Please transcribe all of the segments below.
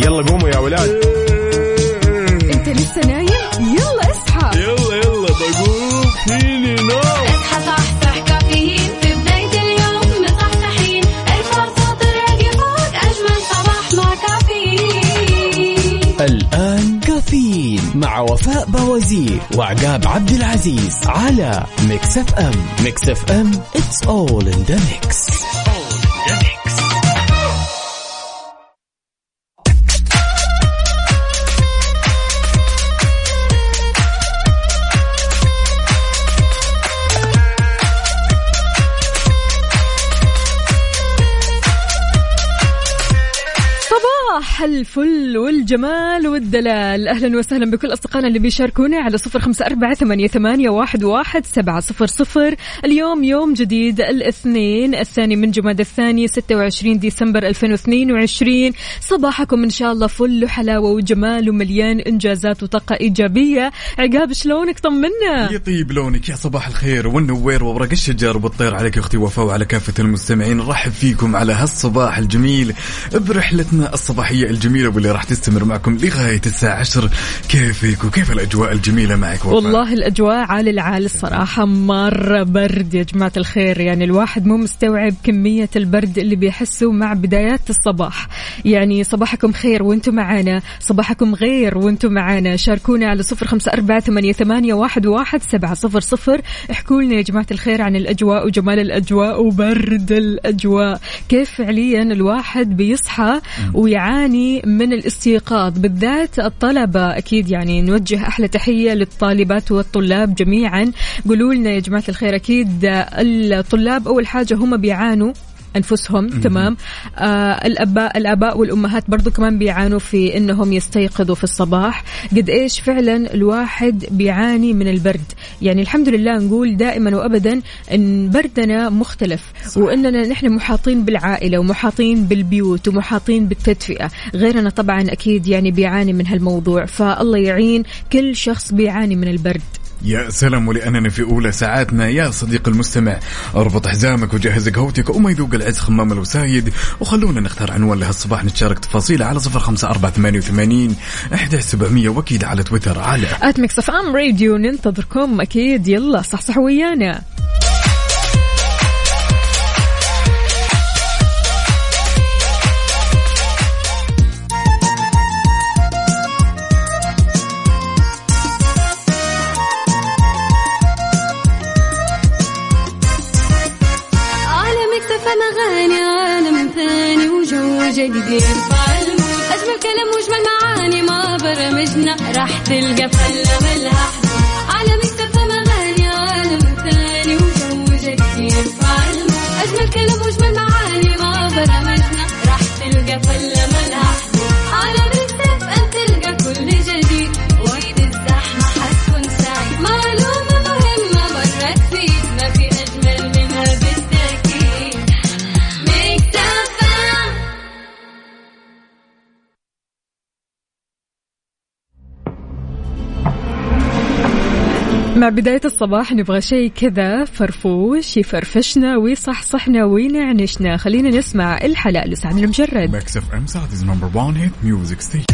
يلا قوموا يا ولاد. انت لسه نايم؟ يلا اصحى. يلا بقوم فيني نوم. اصحى صحصح كافيين في بداية اليوم مصحصحين. الفرصة تراقي فوق أجمل صباح مع كافيين. الآن كافيين مع وفاء بوازير وعقاب عبد العزيز على ميكس اف ام. ميكس اف ام it's all in the mix. الفل والجمال والدلال. أهلا وسهلا بكل أصدقائنا اللي بيشاركونا على 0548811700. اليوم يوم جديد، الاثنين الثاني من جماد الثاني 26 ديسمبر 2022. صباحكم إن شاء الله فل وحلاوة وجمال ومليان إنجازات وطاقة إيجابية. عقاب شلونك؟ طمنا. يطيب لونك يا صباح الخير والنوير وورق الشجر والطير عليك أختي وفاء وعلى كافة المستمعين. نرحب فيكم على هالصباح الجميل برحلتنا الصباحية الجميلة واللي راح تستمر معكم لغاية الساعة 10. كيفك وكيف الأجواء الجميلة معك؟ والله الأجواء عال العال الصراحة، مرة برد يا جماعة الخير. يعني الواحد مو مستوعب كمية البرد اللي بيحسه مع بدايات الصباح. يعني صباحكم خير وانتم معانا، صباحكم غير وانتم معانا. شاركونا على 0548811700. احكوا لنا يا جماعة الخير عن الأجواء وجمال الأجواء وبرد الأجواء. كيف فعليا الواحد بيصحى ويعاني من الاستيقاظ، بالذات الطلبة. أكيد يعني نوجه أحلى تحية للطالبات والطلاب جميعا. قولوا لنا يا جماعة الخير، أكيد الطلاب أول حاجة هم بيعانوا أنفسهم، تمام. الآباء والأمهات برضو كمان بيعانوا في إنهم يستيقظوا في الصباح. قد إيش فعلا الواحد بيعاني من البرد. يعني الحمد لله نقول دائما وأبدا إن بردنا مختلف، وإننا نحن محاطين بالعائلة ومحاطين بالبيوت ومحاطين بالتدفئة. غيرنا طبعا أكيد يعني بيعاني من هالموضوع، فالله يعين كل شخص بيعاني من البرد. يا سلام، ولأننا في أولى ساعاتنا يا صديق المستمع اربط حزامك وجهز قهوتك وما يذوق العز خمام الوسايد، وخلونا نختار عنوان لهالصباح نتشارك تفاصيله على 0548811700 وأكيد على تويتر على @mixfmradio. ننتظركم أكيد. يلا صحصح ويانا. جديد أجمل كلام وجمل معاني ما برمجنا راح تلقى فلة ملها على مكتب مغاني عالم ثاني وجو جديد. أجمل كلام وجمل معاني ما برمجنا راح تلقى فلة ملها على مكتب أن تلقى كل جديد. وين الزحمة حتكون سعيد، معلومة مهمة مرت فيك ما في أجمل منها بالتأكيد. مع بداية الصباح نبغى شيء كذا فرفوش يفرفشنا ويصحصحنا وينعنشنا. خلينا نسمع الحلال لسعد المجرد. ميكس اف ام سعد is number one hit music station.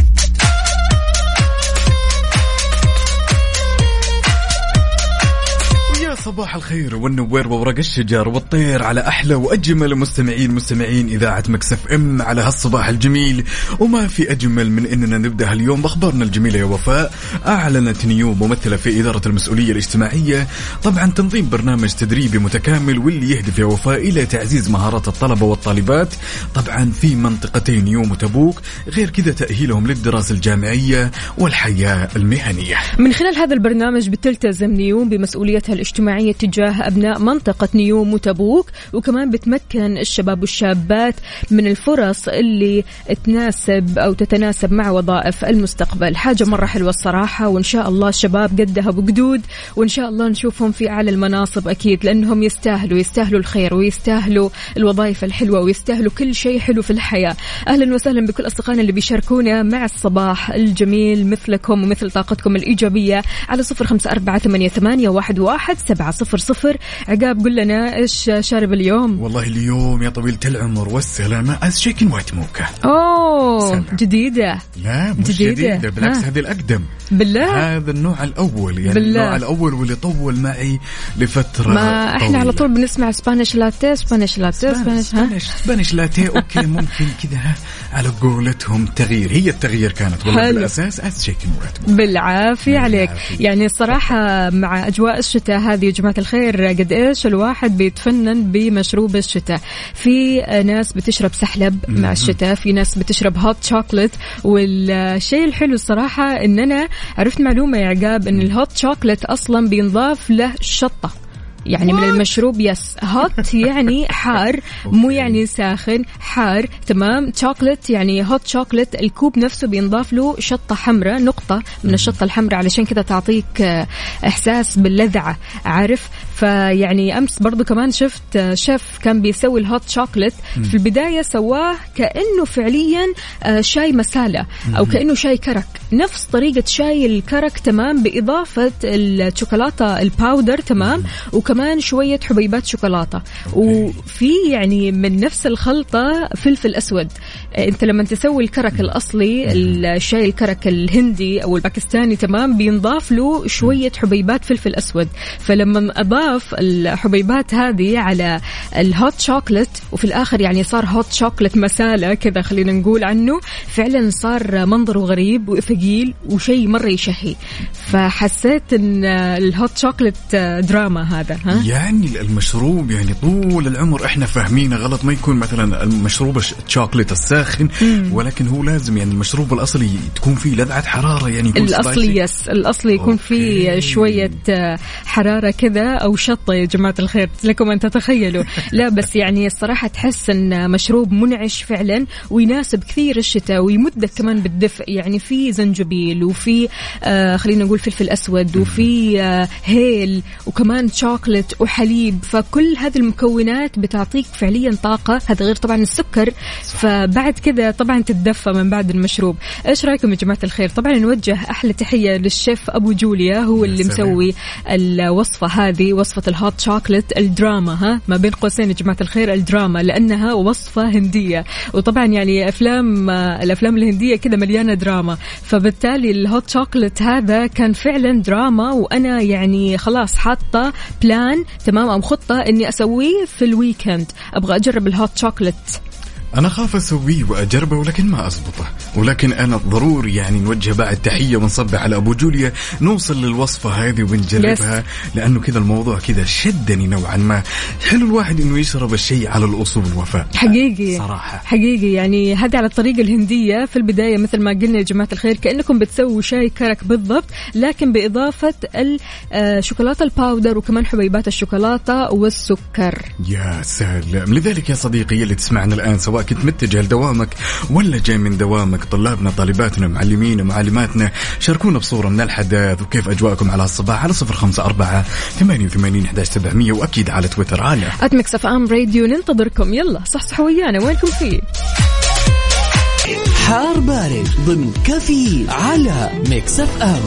صباح الخير والنوير وورق الشجر والطير على أحلى وأجمل مستمعين إذاعة ميكس اف ام على هالصباح الجميل. وما في أجمل من أننا نبدأ اليوم بأخبارنا الجميلة يا وفاء. أعلنت نيو ممثلة في إدارة المسؤولية الاجتماعية طبعا تنظيم برنامج تدريبي متكامل واللي يهدف يا وفاء إلى تعزيز مهارات الطلبة والطالبات طبعا في منطقتين نيوم وتبوك، غير كذا تأهيلهم للدراسة الجامعية والحياة المهنية. من خلال هذا البرنامج بتلتزم نيوم بمسؤوليتها الاجتماعية تجاه أبناء منطقة نيوم وتبوك، وكمان بتمكن الشباب والشابات من الفرص اللي تناسب أو تتناسب مع وظائف المستقبل. حاجة مرة حلوة الصراحة، وإن شاء الله الشباب قدها بقدود، وإن شاء الله نشوفهم في أعلى المناصب أكيد، لأنهم يستاهلوا الخير ويستاهلوا الوظائف الحلوة ويستاهلوا كل شيء حلو في الحياة. أهلا وسهلا بكل أصدقائنا اللي بيشاركونا مع الصباح الجميل مثلكم ومثل طاقتكم الإيجابية على 0548811700. 1700. عقاب قل لنا إيش شارب اليوم؟ والله اليوم يا طويلة العمر والسلامة أشيكن وايت موكا. أوه جديدة. لا مش جديدة بالعكس هذه الأقدم. بالله هذا النوع الأول يعني بالله. النوع الأول واللي طول معي لفترة ما إحنا طويلة. على طول بنسمع سبانيش لاتيه سبانيش لاتيه أوكي ممكن كذا على قولتهم تغيير. هي التغيير كانت والله حلو. بالأساس أشيكن وايت موكا. بالعافية عليك. يعني الصراحة مع أجواء الشتاء هذه يا جماعة الخير قد إيش الواحد بيتفنن بمشروب الشتاء. في ناس بتشرب سحلب مع الشتاء، في ناس بتشرب هوت شوكولات. والشيء الحلو الصراحة إن أنا عرفت معلومة يا عقاب إن الهوت شوكولات أصلا بينضاف له شطة. يعني من المشروب يس هوت يعني حار مو يعني ساخن حار تمام. شوكولات يعني هوت شوكولات الكوب نفسه بينضاف له شطة حمراء نقطة من الشطة الحمراء علشان كذا تعطيك إحساس باللذعة عارف. فيعني أمس برضو كمان شفت شيف كان بيسوي الهوت شوكولات في البداية سواه كأنه فعليا شاي مسالة أو كأنه شاي كرك نفس طريقة شاي الكرك تمام بإضافة الشوكولاتة الباودر تمام وكمان شوية حبيبات شوكولاتة وفي يعني من نفس الخلطة فلفل أسود. أنت لما تسوي الكرك الأصلي الشاي الكرك الهندي أو الباكستاني تمام بينضاف له شوية حبيبات فلفل أسود. فلما أضاف الحبيبات هذه على الهوت شوكولات وفي الآخر يعني صار هوت شوكولات مسالة كذا خلينا نقول عنه فعلا صار منظره غريب وثقيل وشيء مرة يشهي. فحسيت إن الهوت شوكولات دراما هذا ها؟ يعني المشروب يعني طول العمر احنا فاهمينه غلط. ما يكون مثلا المشروب الشوكولات الساخن ولكن هو لازم يعني المشروب الأصلي تكون فيه لذعة حرارة يعني يكون الأصلي يس الأصلي يكون فيه شوية حرارة كذا أو شطة يا جماعة الخير لكم أن تتخيلوا. لا بس يعني الصراحة تحس إن مشروب منعش فعلا ويناسب كثير الشتاء ويمدك كمان بالدفء. يعني في زنجبيل وفي خلينا نقول فلفل أسود وفي هيل وكمان شوكولات وحليب. فكل هذه المكونات بتعطيك فعليا طاقة. هذا غير طبعا السكر. فبعد كذا طبعا تتدفى من بعد المشروب. إيش رأيكم يا جماعة الخير؟ طبعا نوجه أحلى تحية للشيف أبو جوليا هو اللي مسوي الوصفة هذه وصفة الهوت شوكولات الدراما ها ما بين قوسين يا جماعة الخير الدراما لأنها وصفة هندية وطبعا يعني الأفلام الهندية كذا مليانة دراما. فبالتالي الهوت شوكولات هذا كان فعلا دراما وأنا يعني خلاص حاطة بلان تمام أو خطة إني أسويه في الويكند. أبغى أجرب الهوت شوكولات. أنا خاف أسويه وأجربه ولكن ما أزبطه. ولكن أنا ضروري يعني نوجه بعد تحية ونصبح على أبو جوليا نوصل للوصفة هذه ونجربها لأنه كذا الموضوع كذا شدني نوعا ما. حلو الواحد إنه يشرب الشيء على الأصول وفاء حقيقي صراحة حقيقي. يعني هذا على الطريقة الهندية في البداية مثل ما قلنا يا جماعة الخير كأنكم بتسووا شاي كرك بالضبط لكن بإضافة الشوكولاتة الباودر وكمان حبيبات الشوكولاتة والسكر. يا سلام. لذلك يا صديقي اللي تسمعنا الآن سواء كنت متجه لدوامك ولا جاي من دوامك طلابنا طالباتنا معلمين ومعلماتنا شاركونا بصورة من الحدث وكيف أجواءكم على الصباح على 0548811700 وأكيد على تويتر على @mixfm راديو. ننتظركم يلا صح ويانا وينكم فيه. حار بارد ضمن كفي على ميكس اف ام.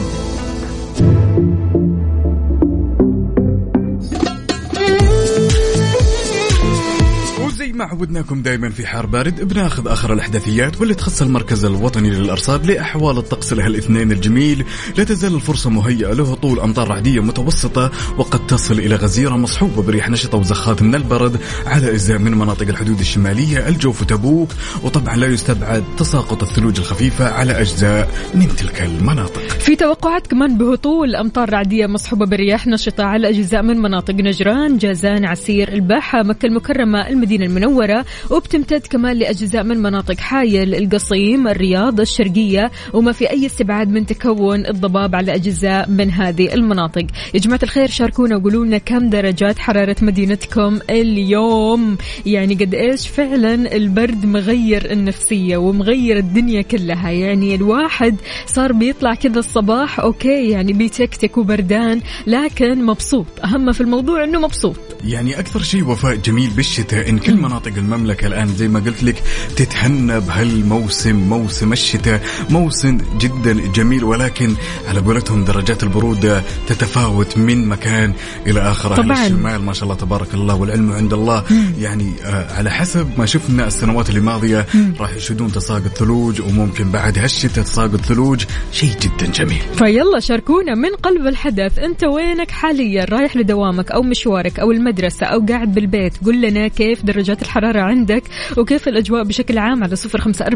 ما عودناكم دائما في حار بارد بناخذ آخر الأحداثيات واللي تخص المركز الوطني للأرصاد لأحوال الطقس له الاثنين الجميل. لا تزال الفرصة مهيئة له طول أمطار رعدية متوسطة وقد تصل إلى غزيرة مصحوبة بريح نشطة وزخات من البرد على أجزاء من مناطق الحدود الشمالية الجوف وتبوك. وطبعا لا يستبعد تساقط الثلوج الخفيفة على أجزاء من تلك المناطق. في توقعات كمان بهطول أمطار رعدية مصحوبة برياح نشطة على أجزاء من مناطق نجران جازان عسير الباحة مكة المكرمة المدينة المنورة وبتمتد كمان لأجزاء من مناطق حايل القصيم الرياض الشرقية وما في أي استبعاد من تكون الضباب على أجزاء من هذه المناطق. يا جماعة الخير شاركونا وقولوا لنا كم درجات حرارة مدينتكم اليوم. يعني قد إيش فعلا البرد مغير النفسية ومغير الدنيا كلها. يعني الواحد صار بيطلع كذا الصباح أوكي يعني بيتكتك وبردان لكن مبسوط. أهم في الموضوع إنه مبسوط. يعني أكثر شيء وفاء جميل بالشتاء إن كل مناطق مناطق المملكة الآن زي ما قلت لك تتهنى بهالموسم، موسم الشتاء، موسم جدا جميل، ولكن على قولتهم درجات البرودة تتفاوت من مكان إلى آخر. أهل الشمال ما شاء الله تبارك الله والعلم عند الله، يعني على حسب ما شفنا السنوات اللي ماضية راح يشهدون تساقط ثلوج، وممكن بعد هالشتاء تساقط ثلوج، شيء جدا جميل. فيلا شاركونا من قلب الحدث، أنت وينك حاليا؟ رايح لدوامك أو مشوارك أو المدرسة أو قاعد بالبيت؟ قل لنا كيف درجات الحرارة عندك وكيف الأجواء بشكل عام على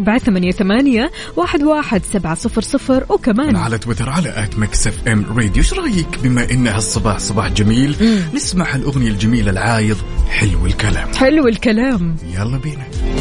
0548811700 وكمان على تويتر على @mixfmradio. ايش رايك بما إن هالصباح صباح جميل نسمع الأغنية الجميلة العايض حلو الكلام؟ حلو الكلام، يلا بينا.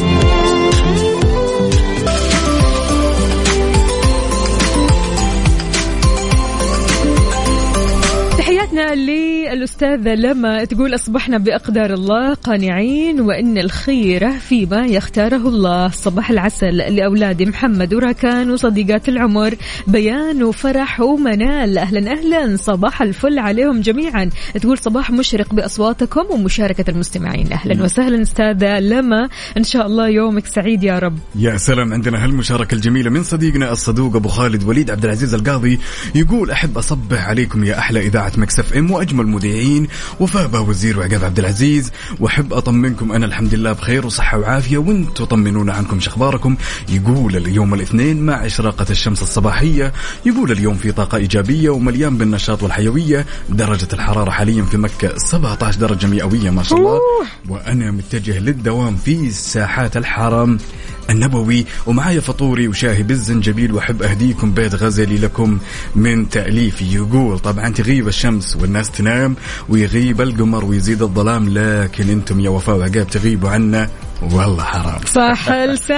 تحياتنا للأستاذة لما تقول أصبحنا بأقدار الله قانعين وإن الخير فيما يختاره الله. صباح العسل لأولادي محمد وراكان وصديقات العمر بيان وفرح ومنال، أهلا أهلا، صباح الفل عليهم جميعا. تقول صباح مشرق بأصواتكم ومشاركة المستمعين. أهلا وسهلا أستاذة لما، إن شاء الله يومك سعيد يا رب. يا سلام، عندنا هالمشاركة الجميلة من صديقنا الصدوق أبو خالد وليد عبد العزيز القاضي، يقول أحب أصبح عليكم يا أحلى إذاعة مكس اف ام واجمل مذيعين وفاء باوزير وعقاب عبد العزيز، واحب اطمنكم انا الحمد لله بخير وصحه وعافيه، وانتم طمنونا عنكم شخباركم. يقول اليوم الاثنين مع اشراقه الشمس الصباحيه، يقول اليوم في طاقه ايجابيه ومليان بالنشاط والحيويه. درجه الحراره حاليا في مكه 17 درجه مئويه ما شاء الله، وانا متجه للدوام في ساحات الحرم النبوي ومعايا فطوري وشاهي بالزنجبيل، واحب اهديكم بيت غزلي لكم من تأليفي. يقول طبعا تغيب الشمس والناس تنام ويغيب القمر ويزيد الظلام، لكن انتم يا وفاء وعقاب تغيبوا عنا والله حرام. صح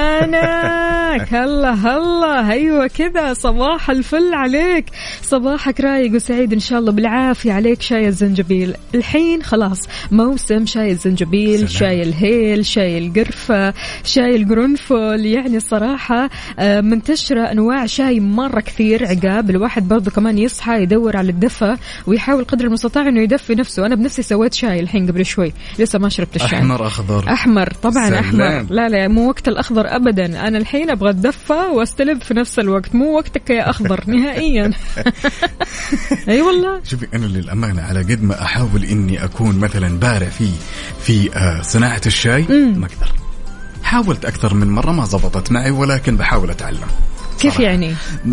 لسانك. الله الله، ايوه كذا. صباح الفل عليك، صباحك رايق وسعيد ان شاء الله، بالعافيه عليك. شاي الزنجبيل الحين خلاص موسم شاي الزنجبيل، شاي الهيل، شاي القرفه، شاي القرنفل، يعني الصراحه منتشره انواع شاي مره كثير. عقاب الواحد برضو كمان يصحى يدور على الدفى ويحاول قدر المستطاع انه يدفي نفسه. انا بنفسي سويت شاي الحين قبل شوي، لسه ما شربت الشاي. احمر اخضر؟ احمر طبعا. سلام. أحمر لا مو وقت الأخضر أبدا، أنا الحين أبغى أتدفى واستلب في نفس الوقت، مو وقتك يا أخضر نهائيا. أي والله. شوفي أنا للأمانة على قد ما أحاول إني أكون مثلا بارع في صناعة الشاي ما أقدر. حاولت أكثر من مرة ما زبطت معي، ولكن بحاول أتعلم. كيف يعني؟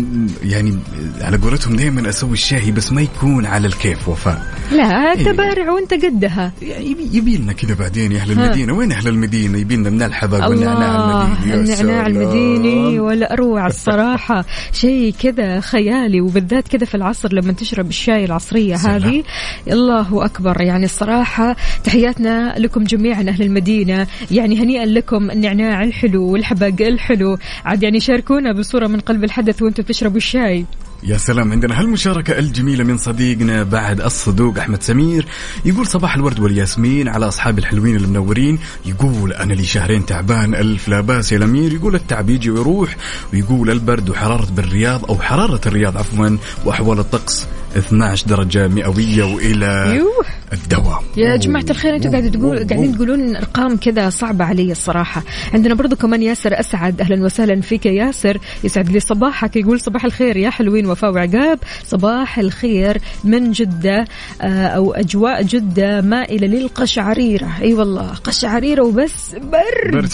يعني على قولتهم دائما أسوي الشاي بس ما يكون على الكيف وفاء. لا تبارع وانت قدها. يبيلنا كذا بعدين يا أهل المدينة. وين أهل المدينة؟ يبيلنا من الحباب والنعناع المديني. النعناع المديني ولا أروع الصراحة، شيء كذا خيالي، وبالذات كذا في العصر لما تشرب الشاي العصرية هذه. الله أكبر، يعني الصراحة تحياتنا لكم جميعا أهل المدينة، يعني هنيئا لكم النعناع الحلو والحبق الحلو. عاد يعني شاركونا بصورة من قلب الحدث وانتم تشربوا الشاي. يا سلام، عندنا هالمشاركة الجميلة من صديقنا بعد الصدوق أحمد سمير، يقول صباح الورد والياسمين على أصحاب الحلوين المنورين. يقول أنا لي شهرين تعبان، ألف لا باس يا الأمير. يقول التعب يجي ويروح، ويقول البرد وحرارة بالرياض أو حرارة الرياض عفوا، وأحوال الطقس 12 درجة مئوية وإلى الدوام. يا جماعة الخير، أنتوا قاعدين تقولون أرقام كذا صعبة علي الصراحة. عندنا برضو كمان ياسر أسعد، أهلا وسهلا فيك يا ياسر، يسعد لي صباحك. يقول صباح الخير يا حلوين وفاء وعقاب، صباح الخير من جدة أو أجواء جدة مائلة للقشعريرة. أي والله قشعريرة وبس برد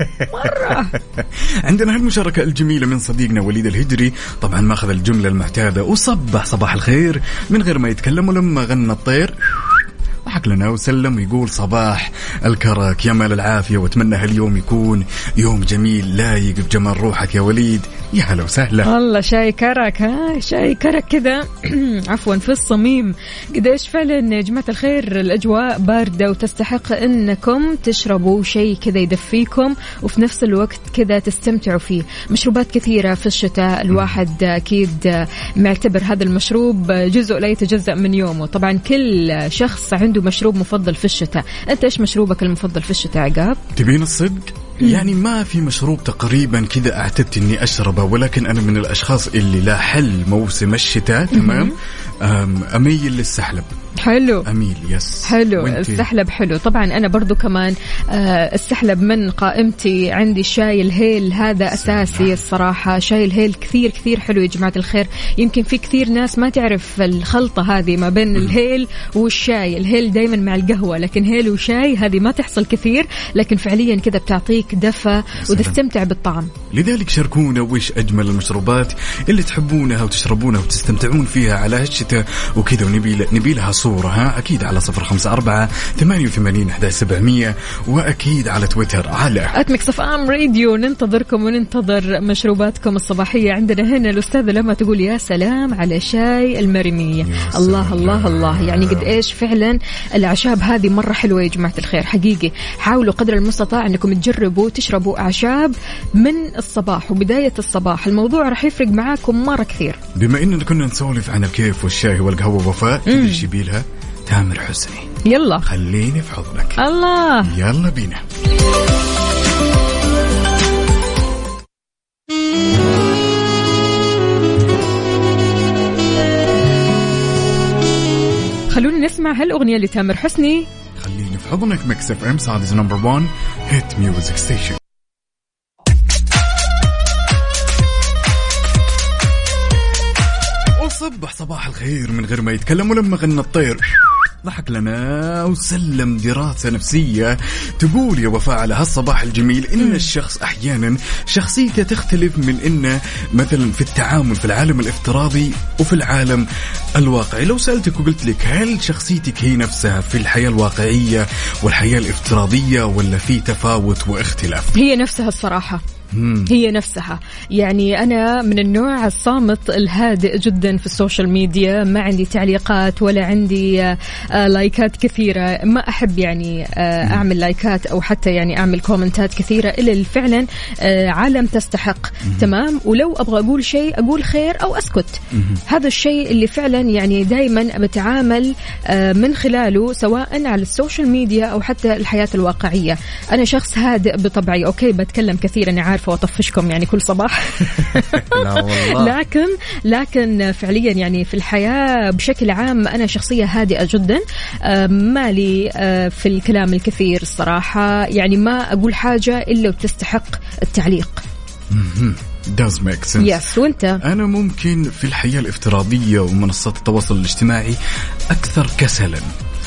مرة. عندنا هالمشاركة الجميلة من صديقنا وليد الهجري، طبعا ما أخذ الجملة المعتادة وصبح صباح الخير من غير ما يتكلم، ولما غنى الطير ضحك لنا وسلم، ويقول صباح الكرك يا مال العافية، واتمنى هاليوم يكون يوم جميل لايق بجمال روحك يا وليد. يا هلا وسهلا. والله شاي كرك، ها شاي كرك كذا عفوا في الصميم. قديش فعلا يا جماعة الخير الأجواء باردة وتستحق أنكم تشربوا شيء كذا يدفيكم وفي نفس الوقت كذا تستمتعوا فيه. مشروبات كثيرة في الشتاء، الواحد أكيد معتبر هذا المشروب جزء لا يتجزأ من يومه. طبعا كل شخص عنده مشروب مفضل في الشتاء. أنت إيش مشروبك المفضل في الشتاء عقاب؟ تبين الصدق؟ يعني ما في مشروب تقريبا كذا اعتدت اني اشربه، ولكن انا من الاشخاص اللي لا حل موسم الشتاء تمام اميل للسحلب. حلو أميل يس. حلو السحلب حلو. طبعا أنا برضو كمان السحلب من قائمتي. عندي شاي الهيل هذا أساسي الصراحة. شاي الهيل كثير كثير حلو يا جماعة الخير. يمكن في كثير ناس ما تعرف الخلطة هذه ما بين الهيل والشاي. الهيل دايما مع القهوة لكن هيل وشاي هذه ما تحصل كثير لكن فعليا كذا بتعطيك دفى وتستمتع بالطعم. لذلك شاركونا وش أجمل المشروبات اللي تحبونها وتشربونها وتستمتعون فيها على هالشتاء وكذا ونبي لها صورة أكيد على 0548811700 وأكيد على تويتر على @مكسفام راديو. ننتظركم وننتظر مشروباتكم الصباحية. عندنا هنا الأستاذة لما تقول يا سلام على شاي المريمية. الله الله الله يعني قد إيش فعلا الأعشاب هذه مرة حلوة يا جماعة الخير حقيقي. حاولوا قدر المستطاع أنكم تجربوا تشربوا أعشاب من الصباح وبداية الصباح. الموضوع رح يفرق معاكم مرة كثير. بما إننا كنا نسولف عن الكيف والشاي والقهوة وفاء إيش يبيلها تامر حسني. يلا خليني في حضنك. الله يلا بينا. خلونا نسمع هالأغنية لتامر حسني. خليني في حضنك. ميكس اف ام سعوديز نمبر 1 هيت ميوزك ستيشن. وصبح صباح الخير من غير ما يتكلم ولما غنى الطير ضحك لنا وسلم دراسة نفسية تقول يا وفاء على هالصباح الجميل إن الشخص أحيانا شخصيته تختلف من إنه مثلا في التعامل في العالم الافتراضي وفي العالم الواقعي. لو سألتك وقلت لك هل شخصيتك هي نفسها في الحياة الواقعية والحياة الافتراضية ولا في تفاوت واختلاف؟ هي نفسها الصراحة. هي نفسها. يعني أنا من النوع الصامت الهادئ جدا في السوشيال ميديا. ما عندي تعليقات ولا عندي لايكات كثيرة. ما أحب يعني أعمل لايكات أو حتى يعني أعمل كومنتات كثيرة إلا فعلا عالم تستحق. تمام. ولو أبغى أقول شيء أقول خير أو أسكت. هذا الشيء اللي فعلا يعني دايما بتعامل من خلاله سواء على السوشيال ميديا أو حتى الحياة الواقعية. أنا شخص هادئ بطبعي. أوكي بتكلم كثير أنا عارفة وأطفشكم يعني كل صباح. لا والله. لكن فعليا يعني في الحياة بشكل عام أنا شخصية هادئة جدا. مالي في الكلام الكثير الصراحة. يعني ما أقول حاجة إلا وتستحق التعليق. does make sense. yes. وانت؟ أنا ممكن في الحياة الافتراضية ومنصات التواصل الاجتماعي أكثر كسلا.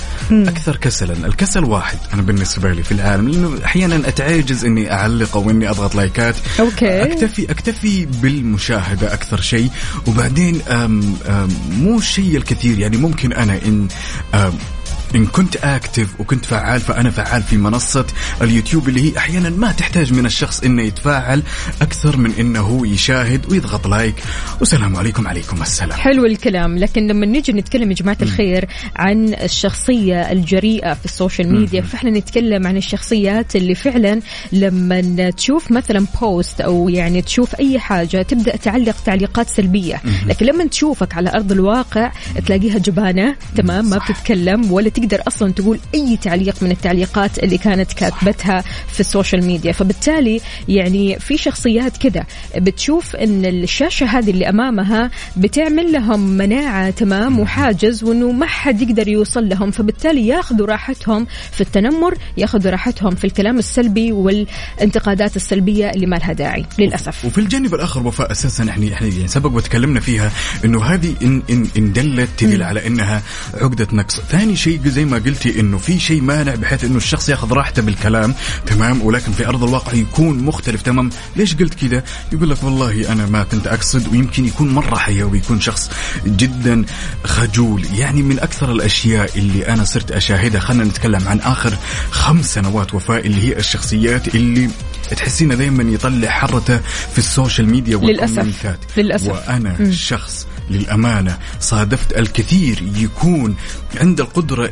الكسل واحد أنا بالنسبة لي في العالم لأنه أحيانا أتعجز إني أعلق أو إني أضغط لايكات. أوكي. أكتفي بالمشاهدة أكثر شيء. وبعدين مو الشيء الكثير يعني ممكن أنا إن كنت أكتف وكنت فعال فأنا فعال في منصة اليوتيوب اللي هي أحيانا ما تحتاج من الشخص إنه يتفاعل أكثر من إنه يشاهد ويضغط لايك وسلام عليكم السلام. حلو الكلام. لكن لما نيجي نتكلم يا جماعة الخير عن الشخصية الجريئة في السوشيال ميديا فإحنا نتكلم عن الشخصيات اللي فعلا لما تشوف مثلا بوست أو يعني تشوف أي حاجة تبدأ تعلق تعليقات سلبية. لكن لما تشوفك على أرض الواقع تلاقيها جبانة. تمام. ما بتتكلم ولا تقدر أصلا تقول أي تعليق من التعليقات اللي كانت كاتبتها في السوشيال ميديا. فبالتالي يعني في شخصيات كده بتشوف أن الشاشة هذه اللي أمامها بتعمل لهم مناعة. تمام. وحاجز وأنه ما حد يقدر يوصل لهم. فبالتالي ياخذوا راحتهم في التنمر ياخذوا راحتهم في الكلام السلبي والانتقادات السلبية اللي ما لها داعي للأسف. وفي الجانب الآخر وفاء أساسا احنا يعني سبق وتكلمنا فيها أنه هذه إن دلت تدل على أنها عقدة نقص. ثاني شيء زي ما قلتي انه في شيء مانع بحيث انه الشخص ياخذ راحته بالكلام. تمام. ولكن في ارض الواقع يكون مختلف. تمام. ليش قلت كذا؟ يقول لك والله انا ما كنت اقصد. ويمكن يكون مره حيوي يكون شخص جدا خجول. يعني من اكثر الاشياء اللي انا صرت اشاهدها خلينا نتكلم عن اخر 5 سنوات وفاء اللي هي الشخصيات اللي تحسينه دائما يطلع حرته في السوشيال ميديا والكومنتات. للأسف. وانا شخص للأمانة صادفت الكثير يكون عنده القدرة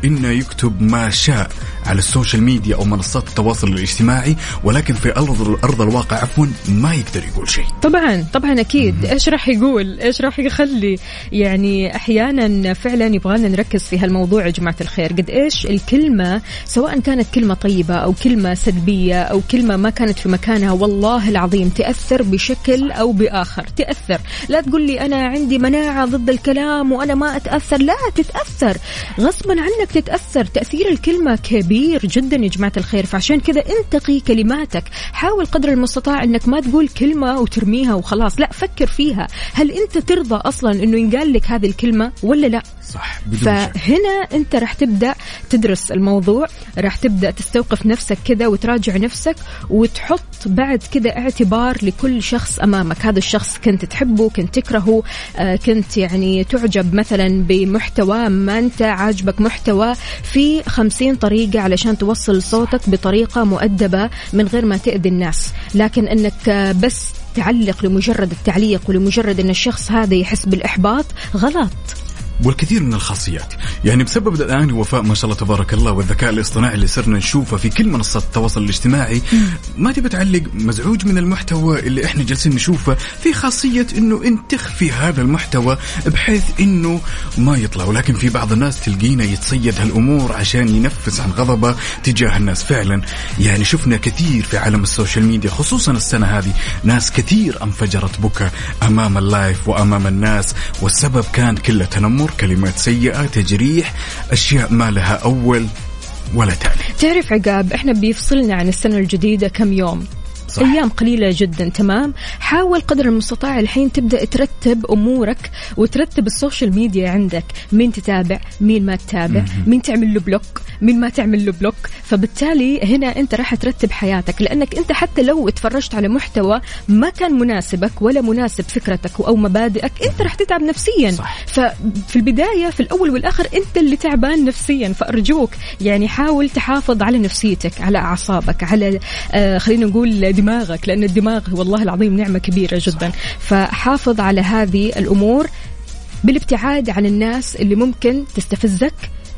إنه يكتب ما شاء على السوشيال ميديا أو منصات التواصل الاجتماعي، ولكن في أرض الواقع عفوا ما يقدر يقول شيء. طبعا أكيد. إيش راح يقول؟ إيش راح يخلي؟ يعني أحيانا فعلا يبغانا نركز في هالموضوع يا جماعة الخير. قد إيش الكلمة سواء كانت كلمة طيبة أو كلمة سلبية أو كلمة ما كانت في مكانها، والله العظيم تأثر بشكل أو بآخر. تأثر. لا تقول لي أنا عندي مناعة ضد الكلام وأنا ما أتأثر، لا تتأثر غصبا عنك، تتأثر. تأثير الكلمة كبير جدا يا جماعة الخير. فعشان كذا انتقي كلماتك، حاول قدر المستطاع أنك ما تقول كلمة وترميها وخلاص، لا فكر فيها. هل أنت ترضى أصلا أنه ينقال لك هذه الكلمة ولا لا؟ صح. فهنا أنت رح تبدأ تدرس الموضوع، رح تبدأ تستوقف نفسك كذا وتراجع نفسك وتحط بعد كذا اعتبار لكل شخص أمامك. هذا الشخص كنت تحبه، كنت تكرهه، كنت يعني تعجب مثلا بمحتوى، ما أنت عاجبك محتوى، في 50 طريقة علشان توصل صوتك بطريقة مؤدبة من غير ما تأذي الناس. لكن أنك بس تعلق لمجرد التعليق ولمجرد أن الشخص هذا يحس بالإحباط، غلط. والكثير من الخاصيات يعني بسبب الآن وفاء ما شاء الله تبارك الله والذكاء الاصطناعي اللي صرنا نشوفه في كل منصات التواصل الاجتماعي، ما تبي تعلق مزعوج من المحتوى اللي احنا جالسين نشوفه، في خاصية انه انت تخفي هذا المحتوى بحيث انه ما يطلع. ولكن في بعض الناس تلقينا يتصيد هالامور عشان ينفس عن غضبه تجاه الناس. فعلا يعني شفنا كثير في عالم السوشيال ميديا خصوصا السنة هذه، ناس كثير انفجرت بكى امام اللايف وامام الناس، والسبب كان كله تنمر، كلمات سيئة، تجريح، أشياء ما لها أول ولا تالي. تعرف عقاب، إحنا بيفصلنا عن السنة الجديدة كم يوم، صح. أيام قليلة جدا. تمام. حاول قدر المستطاع الحين تبدأ ترتب أمورك وترتب السوشيال ميديا عندك، مين تتابع، مين ما تتابع، مين تعمل له بلوك، مين ما تعمل له بلوك. فبالتالي هنا أنت راح ترتب حياتك، لأنك أنت حتى لو اتفرجت على محتوى ما كان مناسبك ولا مناسب فكرتك أو مبادئك، أنت راح تتعب نفسيا. صح. ففي البداية في الأول والآخر أنت اللي تعبان نفسيا. فأرجوك يعني حاول تحافظ على نفسيتك، على أعصابك، على خلينا نقول دماغك، لأن الدماغ والله العظيم نعمة كبيرة جدا. فحافظ على هذه الأمور بالابتعاد عن الناس اللي ممكن تستفزك،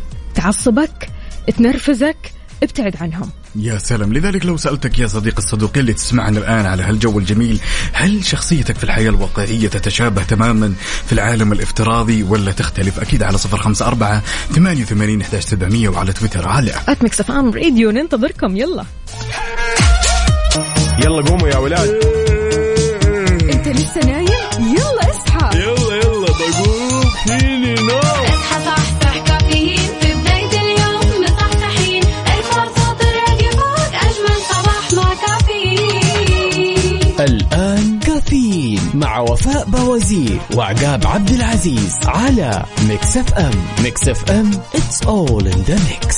تعصبك، تنرفزك، ابتعد عنهم. يا سلام. لذلك لو سألتك يا صديق الصدوق اللي تسمعنا الآن على هالجو الجميل، هل شخصيتك في الحياة الواقعية تتشابه تماما في العالم الافتراضي ولا تختلف؟ أكيد على 054-88-11700 وعلى تويتر على @mixfm.radio. ننتظركم. يلا قوموا يا ولاد. انت لسه نايم؟ يلا اصحى. يلا بقوم فيني نوم. اصحى صحصح كافيين في بداية اليوم مصحصحين، ارفع صوت الراديو فوق أجمل صباح مع كافيين. الآن كافيين مع وفاء بوازير وعقاب عبد العزيز على ميكس اف ام. ميكس اف ام it's all in the mix.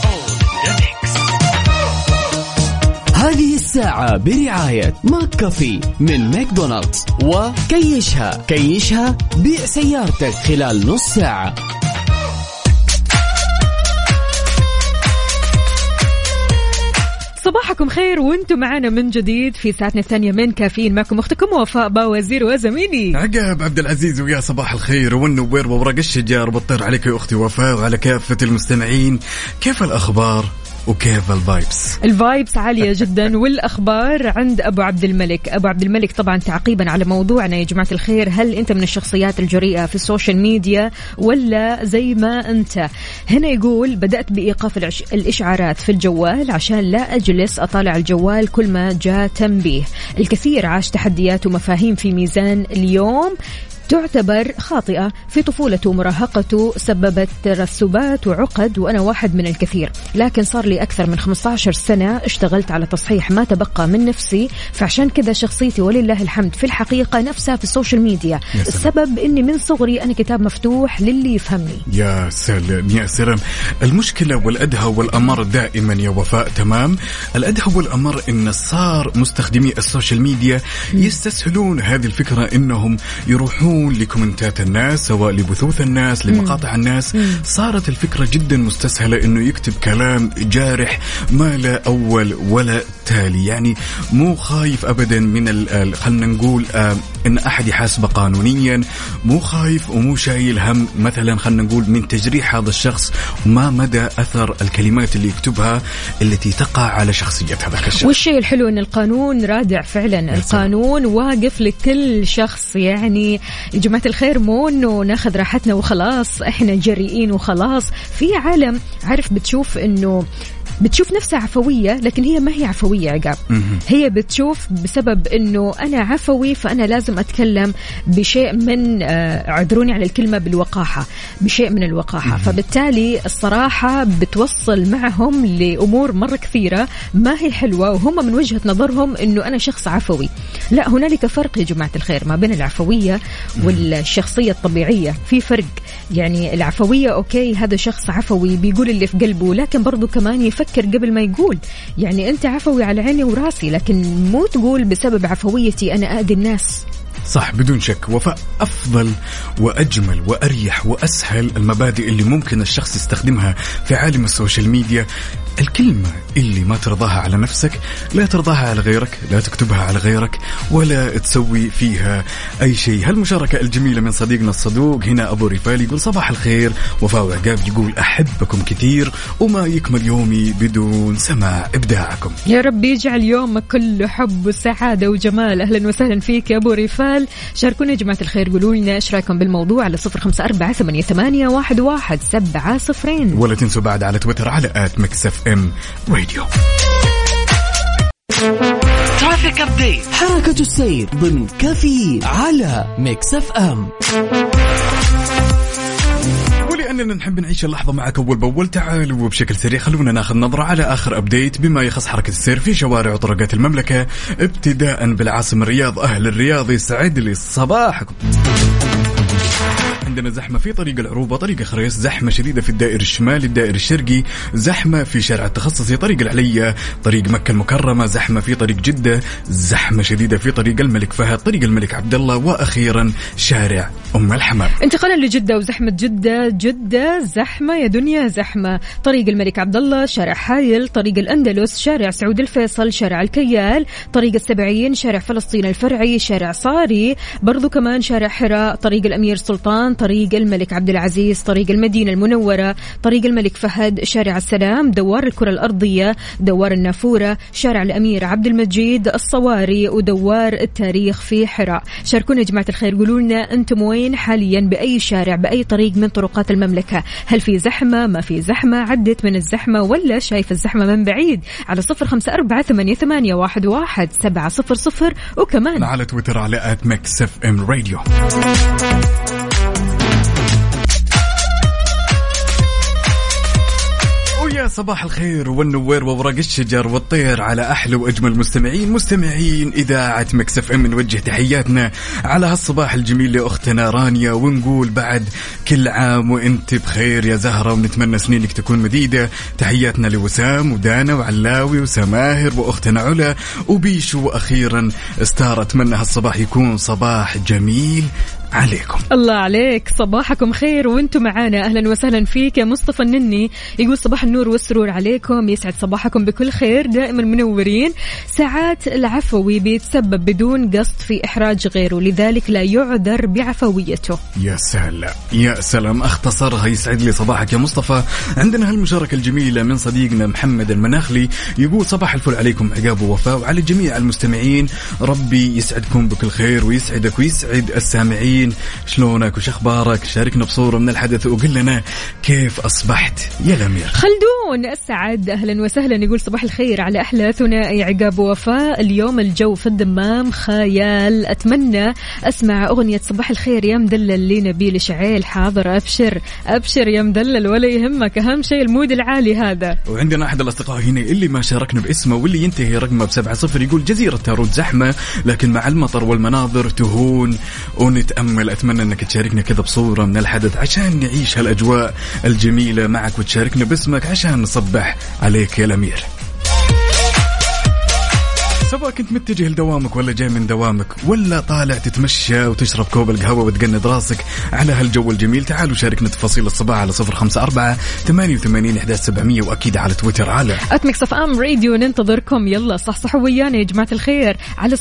هذه الساعة برعاية ماك كافي من ماكدونالدز وكيشها بيع سيارتك خلال نص ساعة. صباحكم خير وانتم معنا من جديد في ساعتنا الثانية من كافيين. معكم أختكم وفاء باوزير وزميلي عقاب عبد العزيز. ويا صباح الخير والنوير وورق الشجار وبالطير عليك يا أختي وفاء وعلى كافة المستمعين. كيف الأخبار وكيف الفايبس عالية جدا. والأخبار عند أبو عبد الملك طبعا تعقيبا على موضوعنا يا جماعة الخير، هل أنت من الشخصيات الجريئة في السوشيال ميديا ولا زي ما أنت؟ هنا يقول بدأت بإيقاف الإشعارات في الجوال عشان لا أجلس أطالع الجوال كل ما جاء تنبيه. الكثير عاش تحديات ومفاهيم في ميزان اليوم تعتبر خاطئة في طفولته ومراهقته، سببت ترسبات وعقد، وأنا واحد من الكثير. لكن صار لي أكثر من 15 سنة اشتغلت على تصحيح ما تبقى من نفسي، فعشان كذا شخصيتي ولله الحمد في الحقيقة نفسها في السوشيال ميديا. السبب إني من صغري أنا كتاب مفتوح للي يفهمني. يا سلام. المشكلة والأدهى والأمر دائما يا وفاء، تمام، الأدهى والأمر إن صار مستخدمي السوشيال ميديا يستسهلون هذه الفكرة، إنهم يروحون لكومنتات الناس سواء لبثوث الناس لمقاطع الناس. صارت الفكرة جدا مستسهلة انه يكتب كلام جارح ما لا اول ولا وبالتالي يعني مو خايف أبدا من خلنا نقول إن أحد يحاسبه قانونيا، مو خايف ومو شايل هم مثلا خلنا نقول من تجريح هذا الشخص وما مدى أثر الكلمات اللي يكتبها التي تقع على شخصية هذا الشخص. والشيء الحلو إن القانون رادع فعلا، القانون واقف لكل شخص. يعني يا جماعة الخير مو إنه ناخذ راحتنا وخلاص إحنا جريئين وخلاص. في عالم عارف بتشوف إنه بتشوف نفسها عفوية لكن هي ما هي عفوية عقاب. هي بتشوف بسبب انه انا عفوي فانا لازم اتكلم بشيء من عذروني على الكلمة بالوقاحة، بشيء من الوقاحة. فبالتالي الصراحة بتوصل معهم لأمور مرة كثيرة ما هي حلوة، وهم من وجهة نظرهم انه انا شخص عفوي. لا، هنالك فرق يا جماعة الخير ما بين العفوية والشخصية الطبيعية. في فرق. يعني العفوية اوكي هذا شخص عفوي بيقول اللي في قلبه، لكن برضو كمان يفكر قبل ما يقول. يعني أنت عفوي على عيني وراسي، لكن مو تقول بسبب عفويتي أنا أذي الناس. صح بدون شك. وفاء، أفضل وأجمل وأريح وأسهل المبادئ اللي ممكن الشخص يستخدمها في عالم السوشيال ميديا الكلمة اللي ما ترضاها على نفسك لا ترضاها على غيرك، لا تكتبها على غيرك ولا تسوي فيها أي شيء. هالمشاركة الجميلة من صديقنا الصدوق هنا أبو رفال يقول صباح الخير وفاء وعقاب، يقول أحبكم كثير وما يكمل يومي بدون سماع إبداعكم. يا رب يجعل يومك كله حب وسعادة وجمال. أهلا وسهلا فيك يا أبو رفال. شاركونا يا جماعة الخير، قولوا لنا إيش رأيكم بالموضوع على 0548811700 ولا تنسوا بعد على تويتر على @mixfmradio. ترافيك أبديت، حركة السير ضمن كافيين على ميكس اف ام. ولأننا نحب نعيش اللحظة معك أول بأول، تعالوا وبشكل سريع خلونا ناخذ نظرة على آخر أبديت بما يخص حركة السير في شوارع وطرقات المملكة، ابتداء بالعاصمة الرياض. أهل الرياض يسعد لي صباحكم. عندنا زحمة في طريق العروبة، طريق خريص، زحمة شديدة في الدائر الشمالي، الدائر الشرقي، زحمة في شارع التخصصي، طريق العلية، طريق مكة المكرمة، زحمة في طريق جدة، زحمة شديدة في طريق الملك فهد، طريق الملك عبد الله، وأخيرا شارع أم الحمام. انتقالا لجدة وزحمة جدة زحمة يا دنيا زحمة. طريق الملك عبد الله، شارع حايل، طريق الأندلس، شارع سعود الفيصل، شارع الكيال، طريق السبعين، شارع فلسطين الفرعي، شارع صاري، برضو كمان شارع حراء، طريق الأمير سلطان، طريق الملك عبد العزيز، طريق المدينة المنورة، طريق الملك فهد، شارع السلام، دوار الكرة الأرضية، دوار النافورة، شارع الأمير عبد المجيد، الصواري، ودوار التاريخ في حراء. شاركونا يا جماعة الخير، قولوا لنا أنتم وين حاليا، بأي شارع، بأي طريق من طرقات المملكة. هل في زحمة، ما في زحمة، عدت من الزحمة ولا شايف الزحمة من بعيد؟ على 0548811700 وكمان على تويتر على @mixfmradio. يا صباح الخير والنوير وورق الشجر والطير على أحلى وأجمل مستمعين إذاعة ميكس اف ام. نوجه تحياتنا على هالصباح الجميل لأختنا رانيا، ونقول بعد كل عام وانت بخير يا زهرة، ونتمنى سنينك تكون مديدة. تحياتنا لوسام ودانا وعلاوي وسماهر وأختنا علا وبيشو، وأخيرا ستار. أتمنى هالصباح يكون صباح جميل عليكم. الله عليك، صباحكم خير وانتم معانا. اهلا وسهلا فيك يا مصطفى النني، يقول صباح النور والسرور عليكم، يسعد صباحكم بكل خير، دائما منورين. ساعات العفوي بيتسبب بدون قصد في إحراج غيره، لذلك لا يعذر بعفويته. يا سلام يا سلام، اختصرها. يسعد لي صباحك يا مصطفى. عندنا هالمشاركة الجميلة من صديقنا محمد المناخلي، يقول صباح الفل عليكم عقاب ووفاء وعلى جميع المستمعين، ربي يسعدكم بكل خير ويسعدك ويسعد السامعين. شلونك وش اخبارك؟ شاركنا بصورة من الحدث وقل لنا كيف اصبحت يا الامير. خلدون السعد اهلا وسهلا، يقول صباح الخير على احلى ثنائي عقاب ووفاء. اليوم الجو في الدمام خيال، اتمنى اسمع اغنية صباح الخير يا مدلل لنبيل شعيل. حاضر، ابشر ابشر يا مدلل ولا يهمك، اهم شيء المود العالي هذا. وعندنا احد الاصدقاء هنا اللي ما شاركنا باسمه واللي ينتهي رقمه ب70، يقول جزيرة تارود زحمة لكن مع المطر والمناظر تهون ونتأمل. أتمنى أنك تشاركنا كذا بصورة من الحدث عشان نعيش هالأجواء الجميلة معك، وتشاركنا باسمك عشان نصبح عليك يا الأمير. سواء كنت متجه لدوامك ولا جاي من دوامك ولا طالع تتمشى وتشرب كوب القهوة وتقند راسك على هالجو الجميل، تعالوا شاركنا تفاصيل الصباح على 0548811700 وأكيد على تويتر على @mixfm_radio. ننتظركم، يلا صحصحوا ويانا يا جماعة الخير على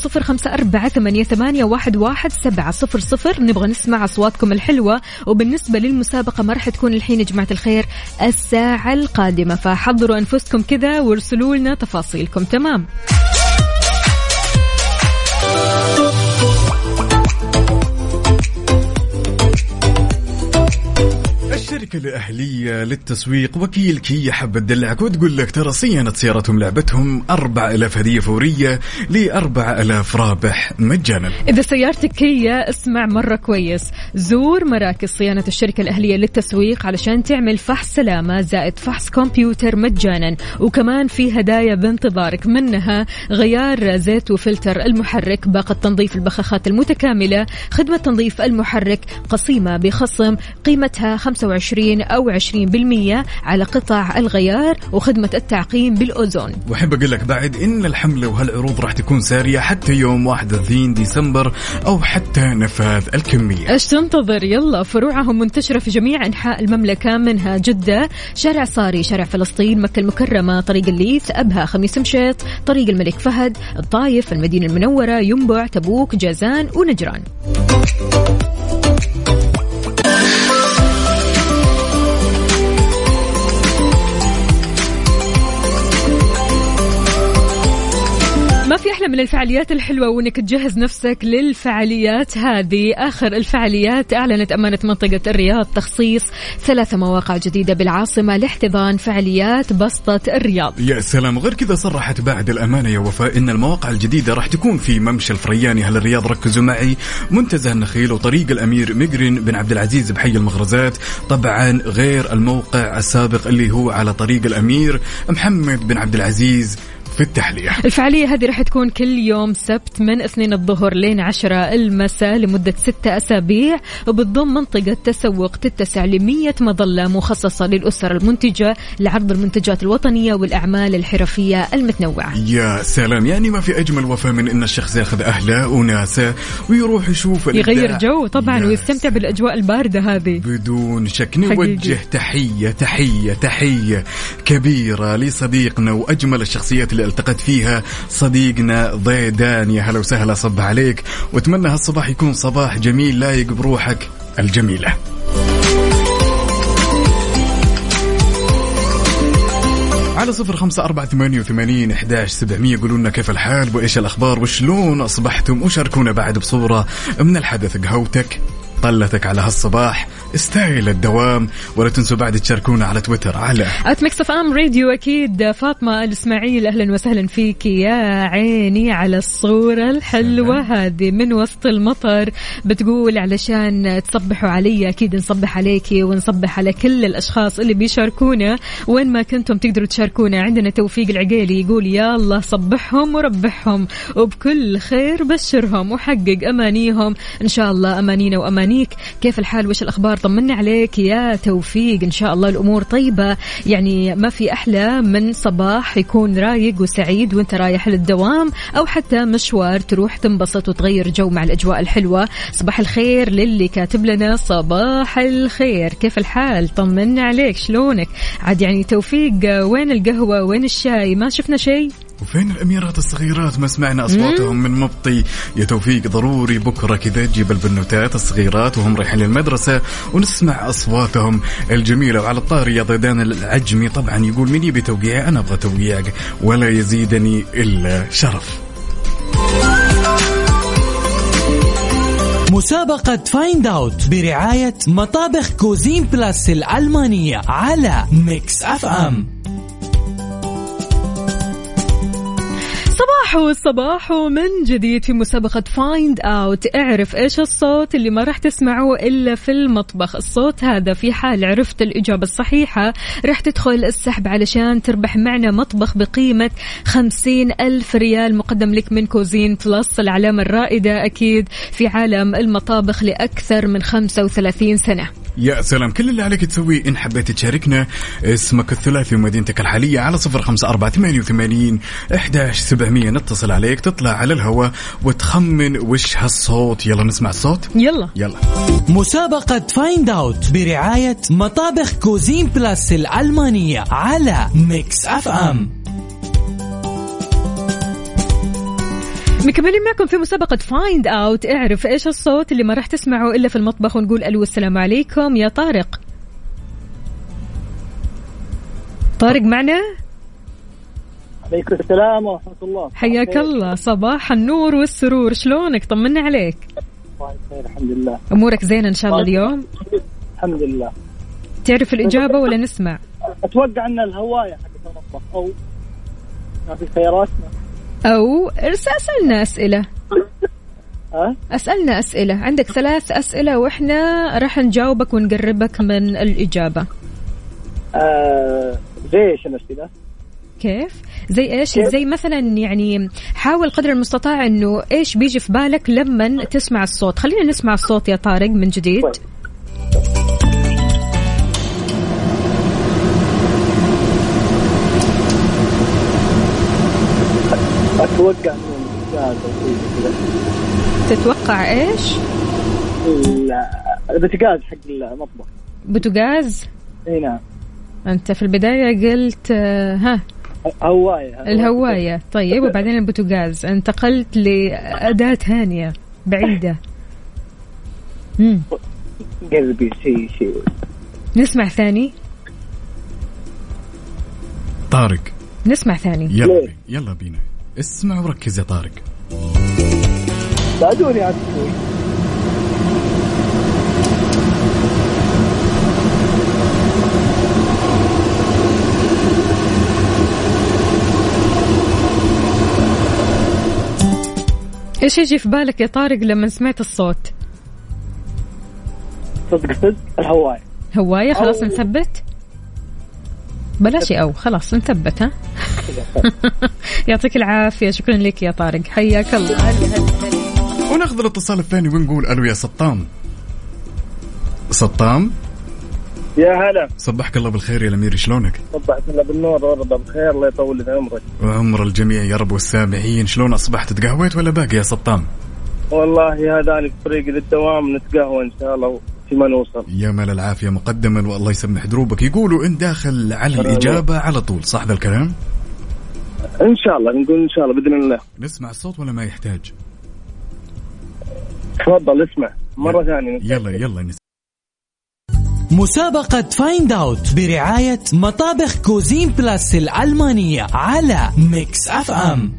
0548811700. نبغى نسمع أصواتكم الحلوة. وبالنسبة للمسابقة ما راح تكون الحين يا جماعة الخير، الساعة القادمة، فحضروا أنفسكم كذا وارسلوا لنا تفاصيلكم. تمام. الشركة الأهلية للتسويق وكيل كيا حابة تدلعك وتقول لك ترى صيانة سيارتهم لعبتهم 4000 هدية فورية ل4000 رابح مجانا. إذا سيارتك كيا اسمع مرة كويس، زور مراكز صيانة الشركة الأهلية للتسويق علشان تعمل فحص سلامة زائد فحص كمبيوتر مجانا، وكمان في هدايا بانتظارك، منها غيار زيت وفلتر المحرك، باقة تنظيف البخاخات المتكاملة، خدمة تنظيف المحرك قسيمة بخصم قيمتها 25 أو 20% على قطع الغيار، وخدمة التعقيم بالأوزون. وحب أقول لك بعد إن الحملة وهالعروض راح تكون سارية حتى يوم 31 ديسمبر أو حتى نفاذ الكمية. إيش تنتظر؟ يلا، فروعهم منتشرة في جميع أنحاء المملكة، منها جدة، شارع صاري، شارع فلسطين، مكة المكرمة، طريق الليث، أبها، خميس مشيط، طريق الملك فهد، الطايف، المدينة المنورة، ينبع، تبوك، جازان ونجران. ما في أحلى من الفعاليات الحلوة وإنك تجهز نفسك للفعاليات هذه. آخر الفعاليات أعلنت أمانة منطقة الرياض تخصيص 3 مواقع جديدة بالعاصمة لاحتضان فعاليات بسطة الرياض. يا سلام، غير كذا صرحت بعد الأمانة يا وفاء إن المواقع الجديدة راح تكون في ممشى الفرياني أهل الرياض، ركزوا معي، منتزه النخيل، وطريق الأمير مقرن بن عبد العزيز بحي المغرزات، طبعا غير الموقع السابق اللي هو على طريق الأمير محمد بن عبد العزيز في التحلية. الفعالية هذه راح تكون كل يوم سبت من 2 الظهر لين 10 المساء لمدة 6 أسابيع، وبتضم منطقة تسوق تتسع ل100 مظلة مخصصة للأسر المنتجة لعرض المنتجات الوطنية والأعمال الحرفية المتنوعة. يا سلام، يعني ما في أجمل وفاء من إن الشخص يأخذ أهله وناسه ويروح يشوف يغير جو طبعا ويستمتع بالأجواء الباردة هذه بدون شك. نوجه تحية كبيرة لصديقنا وأجمل الشخصيات اللي التقت فيها، صديقنا ضيدان. يا هلا وسهلا، صبح عليك، واتمنى هالصباح يكون صباح جميل لايق بروحك الجميلة. على 0548811700 قولوا لنا كيف الحال وإيش الأخبار وشلون أصبحتم، وشاركونا بعد بصورة من الحدث، قهوتك طلتك على هالصباح، استايل الدوام، ولا تنسوا بعد تشاركونا على تويتر على @mixfm_radio. أكيد فاطمة الإسماعيل أهلا وسهلا فيك يا عيني على الصورة الحلوة هذه من وسط المطر، بتقول علشان تصبحوا علي، أكيد نصبح عليكي ونصبح على كل الأشخاص اللي بيشاركونا وين ما كنتم تقدروا تشاركونا. عندنا توفيق العقيلي يقول يا الله صبحهم وربحهم وبكل خير، بشرهم وحقق أمانيهم إن شاء الله. أمانينا وأمانيك. كيف الحال وش الأخبار؟ طمني عليك يا توفيق، إن شاء الله الأمور طيبة. يعني ما في أحلى من صباح يكون رايق وسعيد وانت رايح للدوام أو حتى مشوار، تروح تنبسط وتغير جو مع الأجواء الحلوة. صباح الخير للي كاتب لنا صباح الخير، كيف الحال؟ طمني عليك، شلونك؟ عاد يعني توفيق، وين القهوة وين الشاي؟ ما شفنا شيء. وفين الأميرات الصغيرات؟ ما سمعنا أصواتهم من مبطي يا توفيق. ضروري بكرة كذا تجيب البنوتات الصغيرات وهم رايحين للمدرسة ونسمع أصواتهم الجميلة. وعلى الطاري يا ضيدان العجمي طبعا يقول مين يبي توقيع؟ أنا أبغى توقيعك ولا يزيدني إلا شرف. مسابقة فايند اوت برعاية مطابخ كوزين بلاس الألمانية على ميكس اف ام. صباح من جديد في مسابقة فايند اوت. اعرف ايش الصوت اللي ما راح تسمعوه الا في المطبخ. الصوت هذا في حال عرفت الإجابة الصحيحة راح تدخل السحب علشان تربح معنا مطبخ بقيمة 50,000 ريال مقدم لك من كوزين بلس، العلامة الرائدة أكيد في عالم المطابخ لأكثر من 35 سنة. يا سلام. كل اللي عليك تسويه إن حبيت تشاركنا اسمك الثلاثي ومدينتك الحالية على 0548811700 نتصل عليك تطلع على الهواء وتخمن وش هالصوت. يلا نسمع الصوت. يلا مسابقة فايند اوت برعاية مطابخ كوزين بلاس الألمانية على ميكس اف ام. مكملين معكم في مسابقة فايند اوت. اعرف ايش الصوت اللي ما راح تسمعه الا في المطبخ. ونقول الو السلام عليكم يا طارق. طارق معنا؟ عليكم السلام ورحمة الله. حياك الله. صباح النور والسرور. شلونك؟ طمنا عليك. الحمد لله. امورك زينة ان شاء الله اليوم؟ الحمد لله. تعرف الإجابة ولا نسمع؟ اتوقع ان الهواية حق المطبخ او ما في خيارات أو أسألنا أسئلة. أسألنا أسئلة. عندك 3 أسئلة وإحنا راح نجاوبك ونقربك من الإجابة. زي إيش الأسئلة؟ كيف؟ زي إيش؟ زي مثلا يعني حاول قدر المستطاع إنه إيش بيجي في بالك لما تسمع الصوت. خلينا نسمع الصوت يا طارق من جديد. أتوقع تتوقع إيش؟ البوتاجاز حق المطبخ. بوتاجاز؟ اي نعم. أنت في البداية قلت هواية. الهواية. طيب وبعدين البوتاجاز. انتقلت لأداة ثانية بعيدة. قلبي شيء. نسمع ثاني. طارق نسمع ثاني. يلا بينا اسمع وركز يا طارق. بعدوني عاد شوي. ايش يجي في بالك يا طارق لما سمعت الصوت؟ صدق الهواية. هواية. خلاص نثبت. بلاش أو خلاص نثبت. ها يعطيك العافية. شكرا لك يا طارق. حياك الله. وناخذ الاتصال الثاني ونقول ألو يا سطام. يا هلا. صبحك الله بالخير يا الأمير. شلونك؟ صبحك الله بالنور والرضا بخير. الله يطول عمرك وعمر الجميع يا رب والسامعين. شلون أصبحت؟ تقهويت ولا باقي يا سطام؟ والله هذا طريق للدوام. نتقهوى إن شاء الله ما نوصل. يا مال العافية مقدما والله يسمح دروبك. يقولوا إن داخل على الإجابة على طول. صح ذا الكلام؟ إن شاء الله. نقول إن شاء الله بإذن الله. نسمع الصوت ولا ما يحتاج؟ تفضل اسمع مرة ثانية. يلا نسمع. مسابقة فايند اوت برعاية مطابخ كوزين بلاس الألمانية على ميكس اف ام.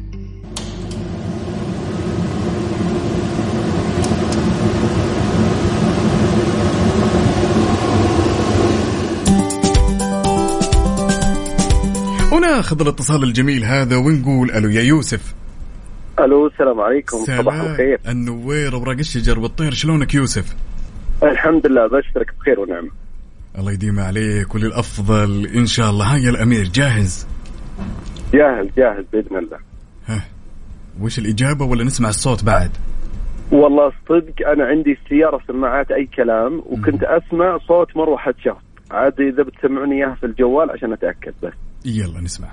وناخذ الاتصال الجميل هذا ونقول ألو يا يوسف. ألو السلام عليكم. صباح الخير. النوير ورق الشجر والطير. شلونك يوسف؟ الحمد لله بشترك بخير ونعم. الله يديم عليك وللأفضل إن شاء الله. هاي الأمير جاهز جاهز بإذن الله. وش الإجابة ولا نسمع الصوت بعد؟ والله صدق أنا عندي السيارة سماعات أي كلام وكنت أسمع صوت مروحة شخص. عاد إذا بتسمعوني إياها في الجوال عشان أتأكد بس. يلا نسمع.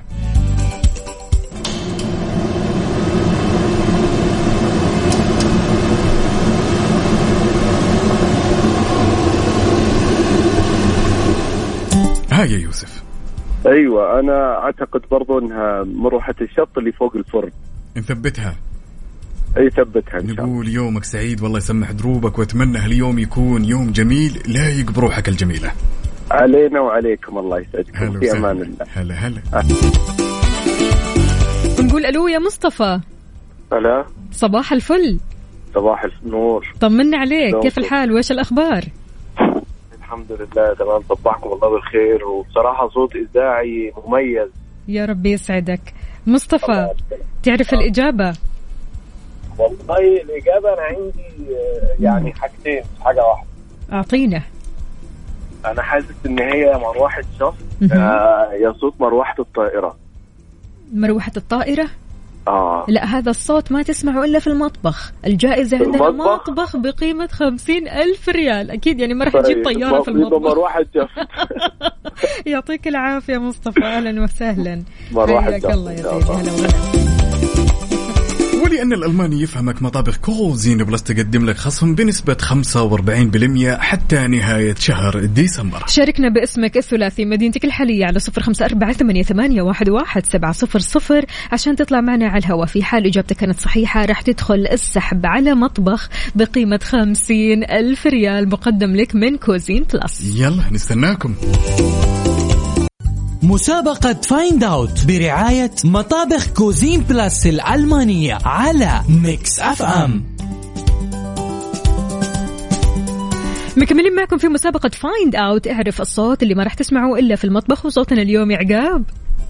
هاي يا يوسف. أيوة أنا أعتقد برضو أنها مروحة الشط اللي فوق الفرن. نثبتها. أي ثبتها إن شاء الله. نقول يومك سعيد والله يسمح دروبك وأتمنى هاليوم يكون يوم جميل لايق بروحك الجميلة. علينا وعليكم. الله يسعدكم. في أمان الله. هلا ونقول ألو يا مصطفى. هلا. صباح الفل. صباح النور. طمنا عليك. كيف الحال وإيش الأخبار؟ الحمد لله تمام. صباحكم الله بالخير. وبصراحة صوت إذاعي مميز. يا رب يسعدك مصطفى. تعرف الإجابة؟ والله الإجابة أنا عندي يعني حاجتين حاجة واحدة. أعطينا. أنا حاسس إن هي مروحة شخص. يا صوت مروحة الطائرة. مروحة الطائرة؟ لا هذا الصوت ما تسمعه إلا في المطبخ. الجائزة عندنا مطبخ بقيمة 50,000 ريال. أكيد يعني ما راح تجيب طيارة في المطبخ. يعطيك العافية مصطفى، أهلا وسهلا، حياك الله يا سيدي، هلا وغلا. ولأن الألماني يفهمك مطابخ كوزين بلس تقدم لك خصم بنسبة 45% حتى نهاية شهر ديسمبر. شاركنا باسمك الثلاثي مدينتك الحالية على 0548811700 عشان تطلع معنا على الهواء. في حال إجابتك كانت صحيحة راح تدخل السحب على مطبخ بقيمة 50,000 ريال مقدم لك من كوزين بلس. يلا نستناكم. مسابقة فايند اوت برعاية مطابخ كوزين بلاس الألمانية على ميكس اف ام. مكملين معكم في مسابقة فايند اوت. اعرف الصوت اللي ما راح تسمعه إلا في المطبخ، وصوتنا اليوم يا عقاب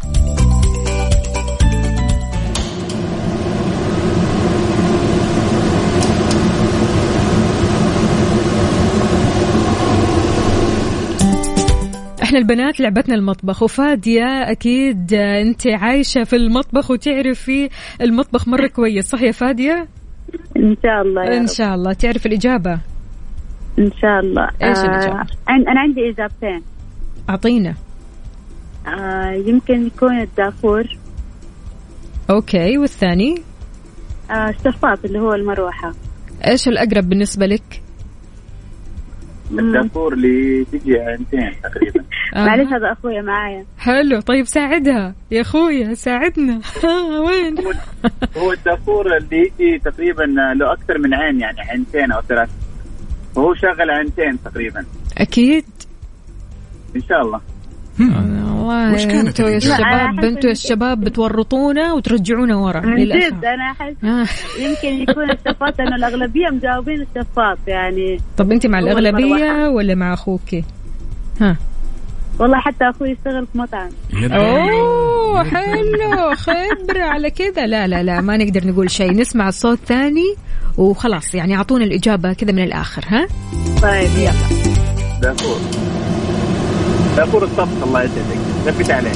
احنا البنات لعبتنا المطبخ، وفادية اكيد انت عايشة في المطبخ وتعرفي المطبخ مرة كويس، صح يا فادية؟ ان شاء الله يا ان رب. شاء الله. تعرف الإجابة؟ ان شاء الله. ايش الإجابة؟ انا عندي إجابتين. اعطينا. يمكن يكون الدافور. اوكي، والثاني؟ الشفاط اللي هو المروحة. ايش الأقرب بالنسبة لك؟ الدافور اللي تجي عندين تقريبا. معلش هذا أخويا معايا. حلو، طيب ساعدها يا أخويا، ساعدنا. وين؟ هو الدافور اللي يجي تقريبا له أكثر من عين، يعني عينتين أو ثلاث، وهو شغل عينتين تقريبا. أكيد إن شاء الله. والله انتوا يا الشباب بتورطونا وترجعونا ورا للأسف. جد انا احس يمكن يكون الشفاط، لانه الاغلبيه مجاوبين الشفاط يعني. طب انت مع الاغلبيه ولا مع اخوك؟ ها والله حتى اخوي يشتغل في مطعم. اوه حلو، خبره على كذا. لا لا لا ما نقدر نقول شيء، نسمع الصوت ثاني وخلاص. يعني اعطونا الاجابه كذا من الاخر. ها طيب يلا. دافور الطبخ. الله يسعدك، ثبت عليه.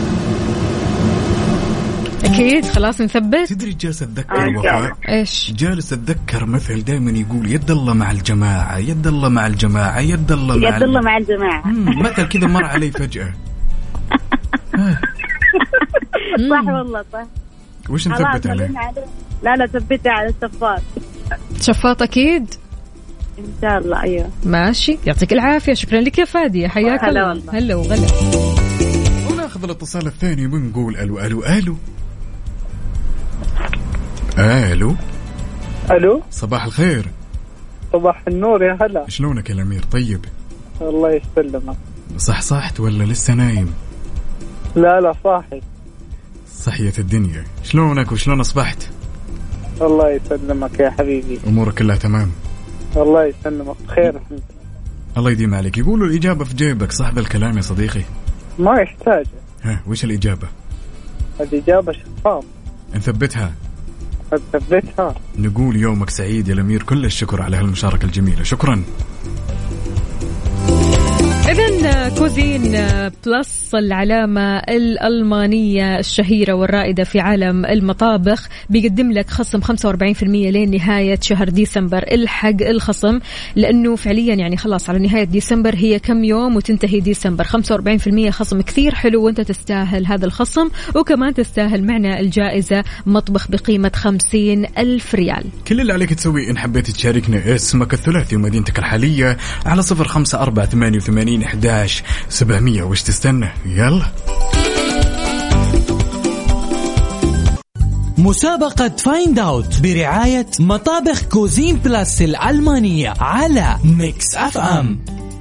أكيد خلاص نثبت. تدري جالس أتذكر وفاء إيش؟ جالس أتذكر مثل دائما يقول يد الله مع الجماعة، يد الله مع الجماعة، يد الله مع يد الله مع الجماعة. مثل كذا مر علي فجأة. صح والله صح. وش نثبت عليه؟ لا ثبتي على الشفاط. شفاط أكيد إن شاء الله. أيوه ماشي، يعطيك العافية، شكرا لك يا فادية، حياك الله. هلا وغلا. وناخذ الاتصال الثاني ونقول ألو ألو ألو ألو ألو. صباح الخير. صباح النور يا هلا. شلونك يا الأمير؟ طيب الله يسلمك. صحت ولا لسه نايم؟ لا صاحي. صحية الدنيا. شلونك وشلون أصبحت؟ الله يسلمك يا حبيبي. أمورك كلها تمام؟ الله يسلمك بخير. الله يديم عليك. يقولوا الإجابة في جيبك، صح بالكلام يا صديقي؟ ما يحتاج. ها وش الإجابة؟ الإجابة شفاف. نثبتها. ثبتها. نقول يومك سعيد يا الأمير، كل الشكر على هالمشاركة الجميلة، شكرا. إذن كوزين بلس العلامة الألمانية الشهيرة والرائدة في عالم المطابخ بيقدم لك خصم 45% لين نهاية شهر ديسمبر. الحق الخصم لأنه فعليا يعني خلاص على نهاية ديسمبر، هي كم يوم وتنتهي ديسمبر. 45% خصم كثير حلو، وانت تستاهل هذا الخصم، وكمان تستاهل معنا الجائزة مطبخ بقيمة 50,000 ريال. كل اللي عليك تسوي إن حبيت تشاركنا اسمك الثلاثي ومدينتك الحالية على 0548811700. وش تستنى؟ يلا. مسابقة فايند اوت برعاية مطابخ كوزين بلاس الألمانية على ميكس اف ام.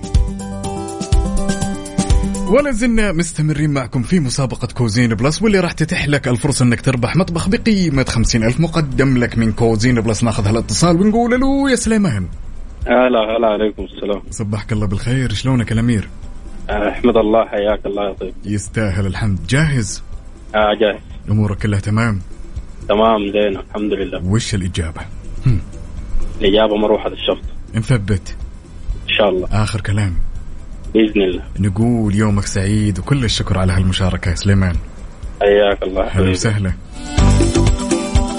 ولا زلنا مستمرين معكم في مسابقة كوزين بلس، واللي راح تتيح لك الفرصة انك تربح مطبخ بقيمة 50,000 مقدم لك من كوزين بلس. ناخذ هالاتصال ونقول له يا سليمان. هلا عليكم السلام. صبحك الله بالخير، شلونك الأمير؟ احمد الله، حياك الله يا طيب. يستاهل الحمد. جاهز؟ جاهز. امورك كلها تمام؟ تمام زين الحمد لله. وش الإجابة؟ الإجابة مروحة الشفط. نثبت إن شاء الله. آخر كلام بإذن الله. نقول يومك سعيد وكل الشكر على هالمشاركة يا سليمان. حياك الله. هلا وسهلا.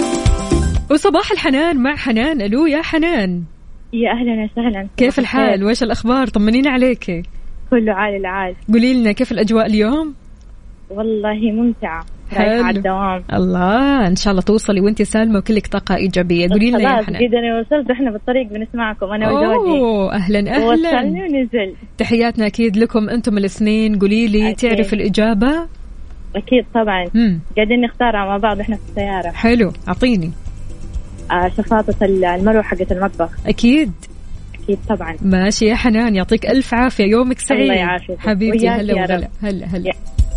وصباح الحنان مع حنان. ألو يا حنان. يا أهلا وسهلا. كيف الحال؟ وإيش الأخبار؟ طمنينا عليك. كله عال العال. قولي لنا كيف الأجواء اليوم؟ والله ممتعة. رايحة على الدوام. الله، إن شاء الله توصلي وانتي سالمة وكلك طاقة إيجابية. قولي لنا يا حنان. جدا أنا وصلت، إحنا بالطريق بنسمعكم أنا وزوجي. أهلا أهلا. وصلني ونزل. تحياتنا أكيد لكم أنتم الاثنين. قولي لي تعرف الإجابة؟ أكيد طبعا. قاعدين نختارها مع بعض إحنا في السيارة. حلو، أعطيني. شفاطة المروحة حقة المطبخ. أكيد أكيد طبعا. ماشي يا حنان، يعطيك ألف عافية، يومك سعيد. الله يعافيك حبيبتي. هلا وغلا. هلا.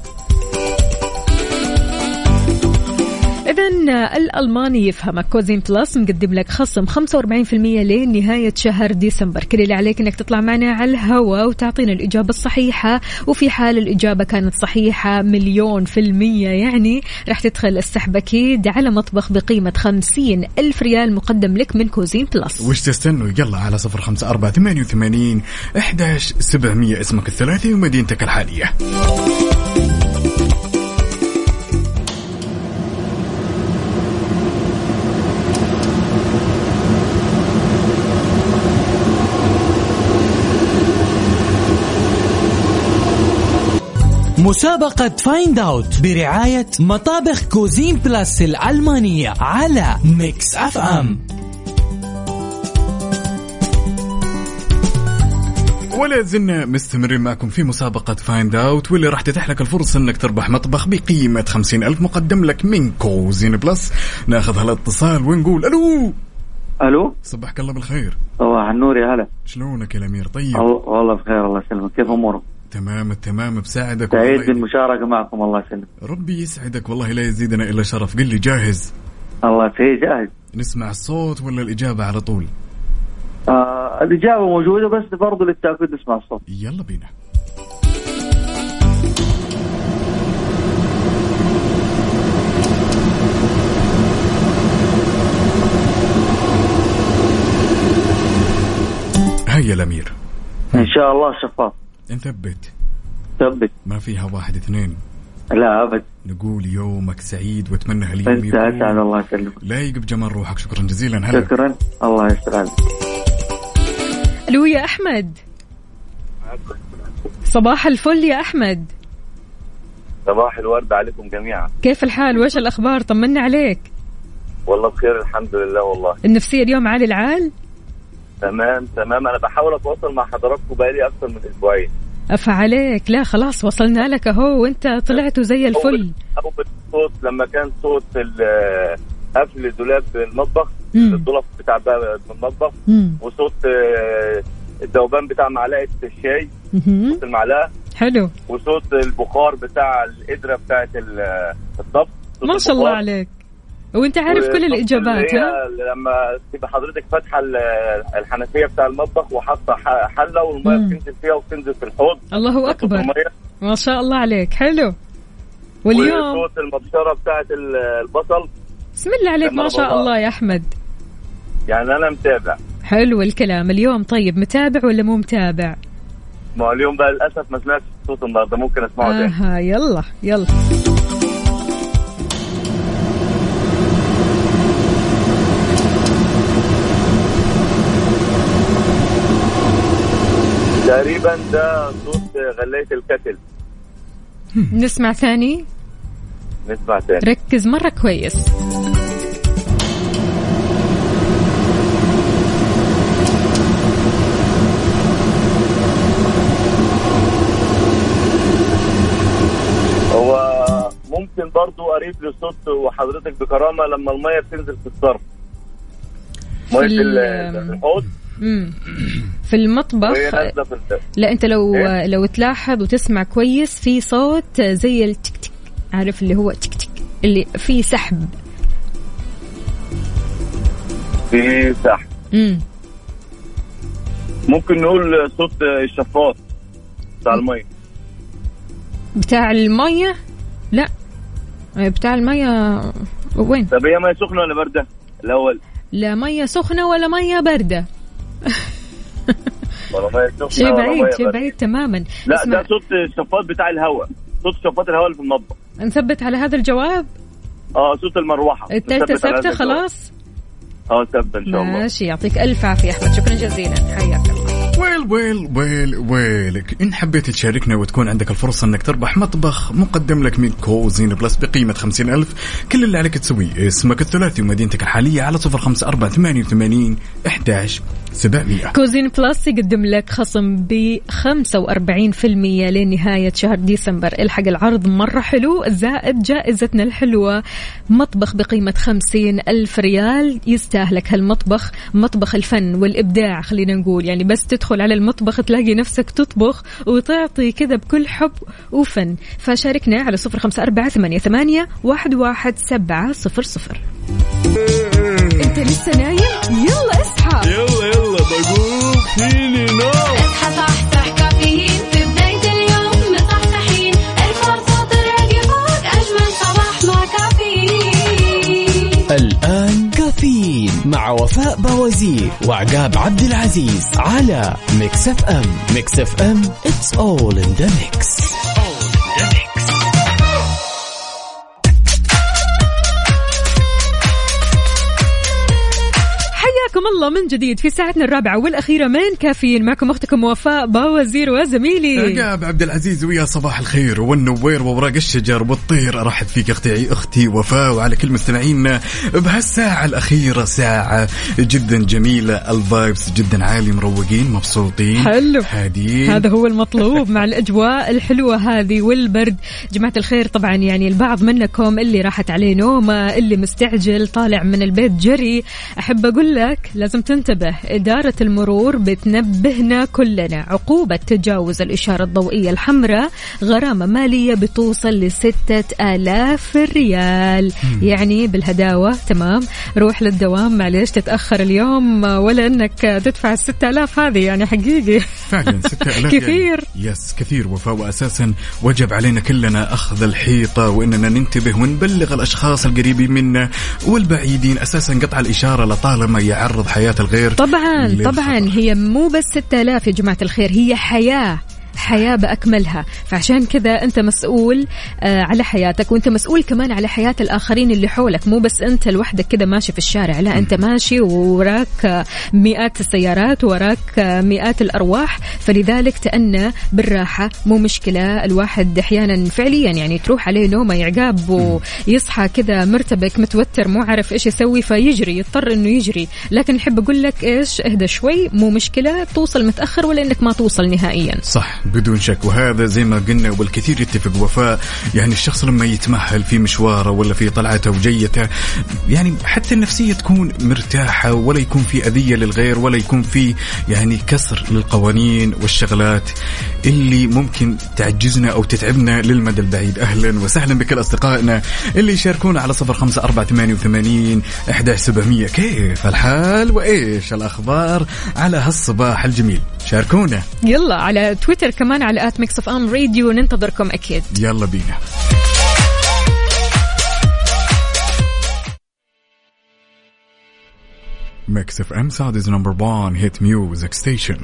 إذن الألماني يفهمك كوزين بلس مقدم لك خصم 45% لنهاية شهر ديسمبر. كل اللي عليك إنك تطلع معنا على الهواء وتعطينا الإجابة الصحيحة، وفي حال الإجابة كانت صحيحة 100%، يعني راح تدخل السحب أكيد على مطبخ بقيمة 50,000 ريال مقدم لك من كوزين بلس. وش تستنوا؟ يلا على 0548811700 اسمك الثلاثي ومدينتك الحالية. مسابقة فايند اوت برعاية مطابخ كوزين بلاس الألمانية على ميكس اف ام. ولا زلنا مستمرين معكم في مسابقة فايند اوت، واللي راح تتيح لك الفرصة انك تربح مطبخ بقيمة 50,000 مقدم لك من كوزين بلس. ناخذ هالاتصال ونقول الو. الو، صبحك الله بالخير. صباح النور، يا هلا. شلونك يا الامير؟ طيب والله بخير الله يسلمك. كيف امورك؟ تمام بساعدك. سعيد بالمشاركة معكم. الله يسلمك. ربي يسعدك، والله لا يزيدنا إلا شرف. قل لي جاهز؟ الله فيه جاهز. نسمع الصوت ولا الإجابة على طول؟ الإجابة موجودة بس برضو للتأكيد نسمع الصوت. يلا بينا. هيا الأمير. إن شاء الله شفاف. نثبت ما فيها 1 2. لا أبد. نقول يومك سعيد واتمنى هاليوم يكون أسعد. الله يسلمك. لايق بجمال روحك. شكرا جزيلا. هلا. شكرا. الله يسعدك. الو يا أحمد. صباح الفل يا أحمد. صباح الورد عليكم جميعا. كيف الحال وإيش الأخبار؟ طمنا عليك. والله بخير الحمد لله. والله النفسية اليوم عالي العال؟ تمام. أنا بحاول أتواصل مع حضراتكم بقالي أكثر من أسبوعين. عليك. لا خلاص وصلنا لك أهو، وأنت طلعتوا زي الفل. أول صوت لما كان صوت قفل دولاب المطبخ، الضلف بتاع المطبخ، وصوت الذوبان بتاع معلقة الشاي، صوت المعلقة. حلو. وصوت البخار بتاع القدرة بتاعت الطبخ. ما شاء الله عليك، وانت عارف كل الإجابات. لما تبقى حضرتك فاتحة الحنفية بتاع المطبخ وحاطة حلة والمية بتنزل فيها وبتنزل في الحوض. الله أكبر، ما شاء الله عليك. حلو. واليوم صوت المبشرة بتاعت البصل. بسم الله عليك، ما شاء الله يا أحمد. يعني أنا متابع. حلو الكلام اليوم. طيب متابع ولا مو متابع؟ ما اليوم بقى للأسف ما سمعتش صوت النهاردة، ممكن أسمعه تاني. يلا تقريبا ده صوت غلاية الكتل. نسمع ثاني. ركز مرة كويس. هو ممكن برضو قريب لصوت وحضرتك بكرامة لما المية بتنزل في الصرف، مية الحوض في المطبخ. لا انت لو تلاحظ وتسمع كويس في صوت زي التك تك، عارف اللي هو تك تك اللي فيه سحب. في سحب. ممكن نقول صوت الشفاط بتاع المية. بتاع المية؟ لا بتاع المية وين؟ طب هي مية سخنة ولا باردة الأول؟ لا مية سخنة ولا مية باردة. شيء بعيد تماما. لا ده صوت الشفاط بتاع الهواء، صوت شفاط الهواء اللي في المطبخ. نثبت على هذا الجواب. صوت المروحة. الثالثة ثابتة خلاص. تبدأ إن شاء الله. ماشي، يعطيك ألف عافية أحمد، شكرا جزيلا، حياك الله. ويلك إن حبيت تشاركنا وتكون عندك الفرصة أنك تربح مطبخ مقدم لك من كوزين بلس بقيمة 50,000، كل اللي عليك تسويه اسمك الثلاثي ومدينتك الحالية على 0548811700. كوزين بلس يقدم لك خصم ب45% لنهاية شهر ديسمبر. الحق العرض مرة حلو، زائد جائزتنا الحلوة مطبخ بقيمة 50,000 ريال. يستاهلك هالمطبخ، مطبخ الفن والإبداع خلينا نقول، يعني بس تدخل على المطبخ تلاقي نفسك تطبخ وتعطي كذا بكل حب وفن. فشاركنا على 0548811700. انت لسه نايم؟ يلا اصحى، يلا بقوم فيني نوم. اصحى صحصح كافيين في بداية اليوم مصحصحين، الفرصة تراقي فوق أجمل صباح مع كافيين. الآن كافيين مع وفاء بوازير وعقاب عبد العزيز على ميكس اف ام. ميكس اف ام it's all in the mix. حياكم الله من جديد في ساعتنا الرابعة والأخيرة من كافيين. معكم أختكم وفاء باوزير وزميلي عقاب عبد العزيز، ويا صباح الخير والنوير ووراق الشجر والطير. أرحب فيك أختي وفاء وعلى كل مستمعين بهالساعة الأخيرة، ساعة جدا جميلة، الفايبس جدا عالي، مروقين مبسوطين حلو هادين. هذا هو المطلوب مع الأجواء الحلوة هذه والبرد. جماعة الخير، طبعا يعني البعض منكم اللي راحت عليه نومة، اللي مستعجل طالع من البيت جري، أحب أقول لك لازم تنتبه. إدارة المرور بتنبهنا كلنا، عقوبة تجاوز الإشارة الضوئية الحمراء غرامة مالية بتوصل ل6,000 ريال. يعني بالهداوة، تمام، روح للدوام، معليش تتأخر اليوم ولا أنك تدفع 6,000 هذه، يعني حقيقي فعلا 6,000 كثير يعني. يس كثير وفاء، وأساسا وجب علينا كلنا أخذ الحيطة وإننا ننتبه ونبلغ الأشخاص القريبين منا والبعيدين. أساسا قطع الإشارة لطالما يعرض حياة الغير طبعا هي مو بس 6,000 يا جماعة الخير، هي حياة بأكملها. فعشان كذا أنت مسؤول على حياتك، وأنت مسؤول كمان على حياة الآخرين اللي حولك. مو بس أنت لوحدك كذا ماشي في الشارع، لا أنت ماشي وراك مئات السيارات، وراك مئات الأرواح. فلذلك تأنى بالراحة، مو مشكلة. الواحد أحيانا فعليا يعني تروح عليه نومة يعقاب ويصحى كذا مرتبك متوتر، مو عارف إيش يسوي، فيجري، يضطر إنه يجري. لكن نحب أقول لك إيش، اهدى شوي، مو مشكلة توصل متأخر ولا إنك ما توصل نهائيا. صح بدون شك. وهذا زي ما قلنا والكثير يتفق وفاء، يعني الشخص لما يتمهل في مشواره ولا في طلعته وجيته، يعني حتى النفسية تكون مرتاحة، ولا يكون في أذية للغير، ولا يكون في يعني كسر للقوانين والشغلات اللي ممكن تعجزنا أو تتعبنا للمدى البعيد. أهلا وسهلا بكل أصدقائنا اللي يشاركونا على 0548811700. كيف الحال وإيش الأخبار على هالصباح الجميل؟ شاركونا يلا على تويتر كمان على @mixofamradio، ننتظركم أكيد. يلا بينا. Mix FM Saudi's #1 hit music station.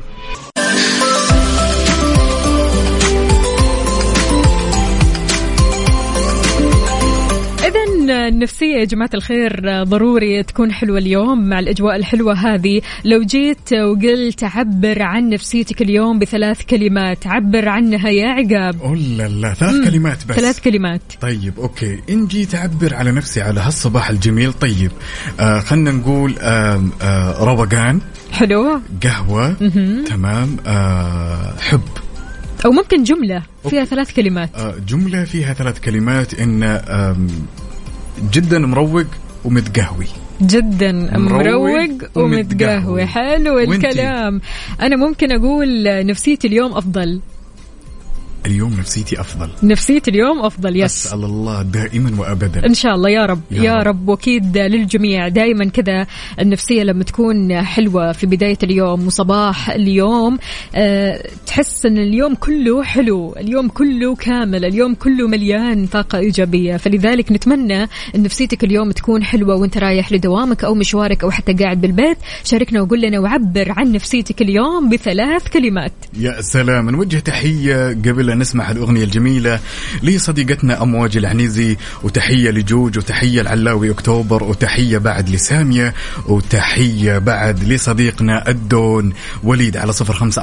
النفسية يا جماعة الخير ضروري تكون حلوة اليوم مع الأجواء الحلوة هذه. لو جيت وقلت عبر عن نفسيتك اليوم ب3 كلمات، عبر عنها يا عقاب. لا 3 كلمات بس. 3 كلمات. طيب أوكي، إن جيت أعبر على نفسي على هالصباح الجميل، طيب خلنا نقول روقان. حلو. قهوة. تمام. حب. أو ممكن جملة فيها 3 كلمات. جملة فيها 3 كلمات. إن جدا مروق ومتقهوي. جدا مروق ومتقهوي. حلو الكلام. أنا ممكن أقول نفسيتي اليوم أفضل. اليوم نفسيتي أفضل. نفسيتي اليوم أفضل. يس. أسأل الله دائما وأبدا إن شاء الله يا رب يا رب. وأكيد للجميع دائما كذا النفسية لما تكون حلوة في بداية اليوم وصباح اليوم، تحس أن اليوم كله حلو، اليوم كله كامل، اليوم كله مليان طاقة إيجابية. فلذلك نتمنى أن نفسيتك اليوم تكون حلوة وانت رايح لدوامك أو مشوارك أو حتى قاعد بالبيت. شاركنا وقول لنا وعبر عن نفسيتك اليوم ب3 كلمات. يا سلام. نوجه تحية قبل خلينا نسمع الأغنية الجميلة لصديقتنا أمواج العنيزي، وتحية لجوج، وتحية العلاوي أكتوبر، وتحية بعد لسامية، وتحية بعد لصديقنا الدون وليد على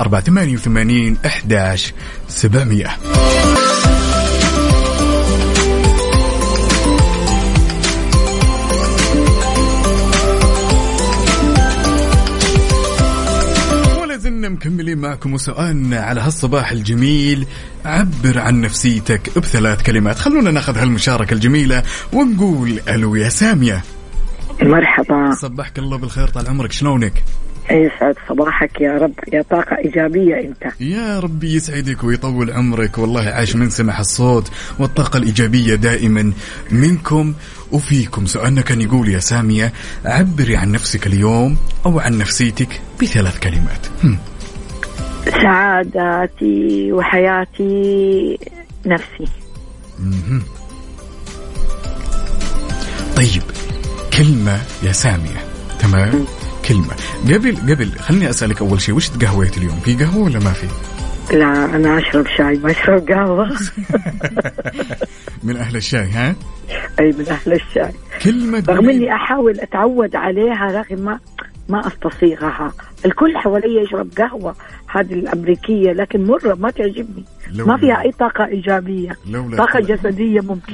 0548811700. مكملين معكم وسؤالنا على هالصباح الجميل، عبر عن نفسيتك ب3 كلمات. خلونا ناخذ هالمشاركة الجميلة ونقول ألو يا سامية. مرحبا، صبحك الله بالخير، طال عمرك، شلونك؟ يسعد صباحك يا رب، يا طاقة إيجابية أنت. يا ربي يسعدك ويطول عمرك، والله عايش من سمح الصوت والطاقة الإيجابية دائما منكم وفيكم. سؤالنا كان يقول يا سامية، عبري عن نفسك اليوم أو عن نفسيتك ب3 كلمات. سعادتي وحياتي نفسي. طيب كلمة يا سامية، تمام؟ كلمة. قبل خلني أسألك أول شيء، وش تقهويت اليوم؟ في قهوة ولا ما في؟ لا أنا أشرب شاي، ما أشرب قهوة. من أهل الشاي ها؟ أي من أهل الشاي. كلمة رغم إني أحاول أتعود عليها لكن ما أستصيغها. الكل حوالي يشرب قهوة هذه الأمريكية، لكن مرة ما تعجبني، ما فيها أي طاقة إيجابية، طاقة جسدية ممكن.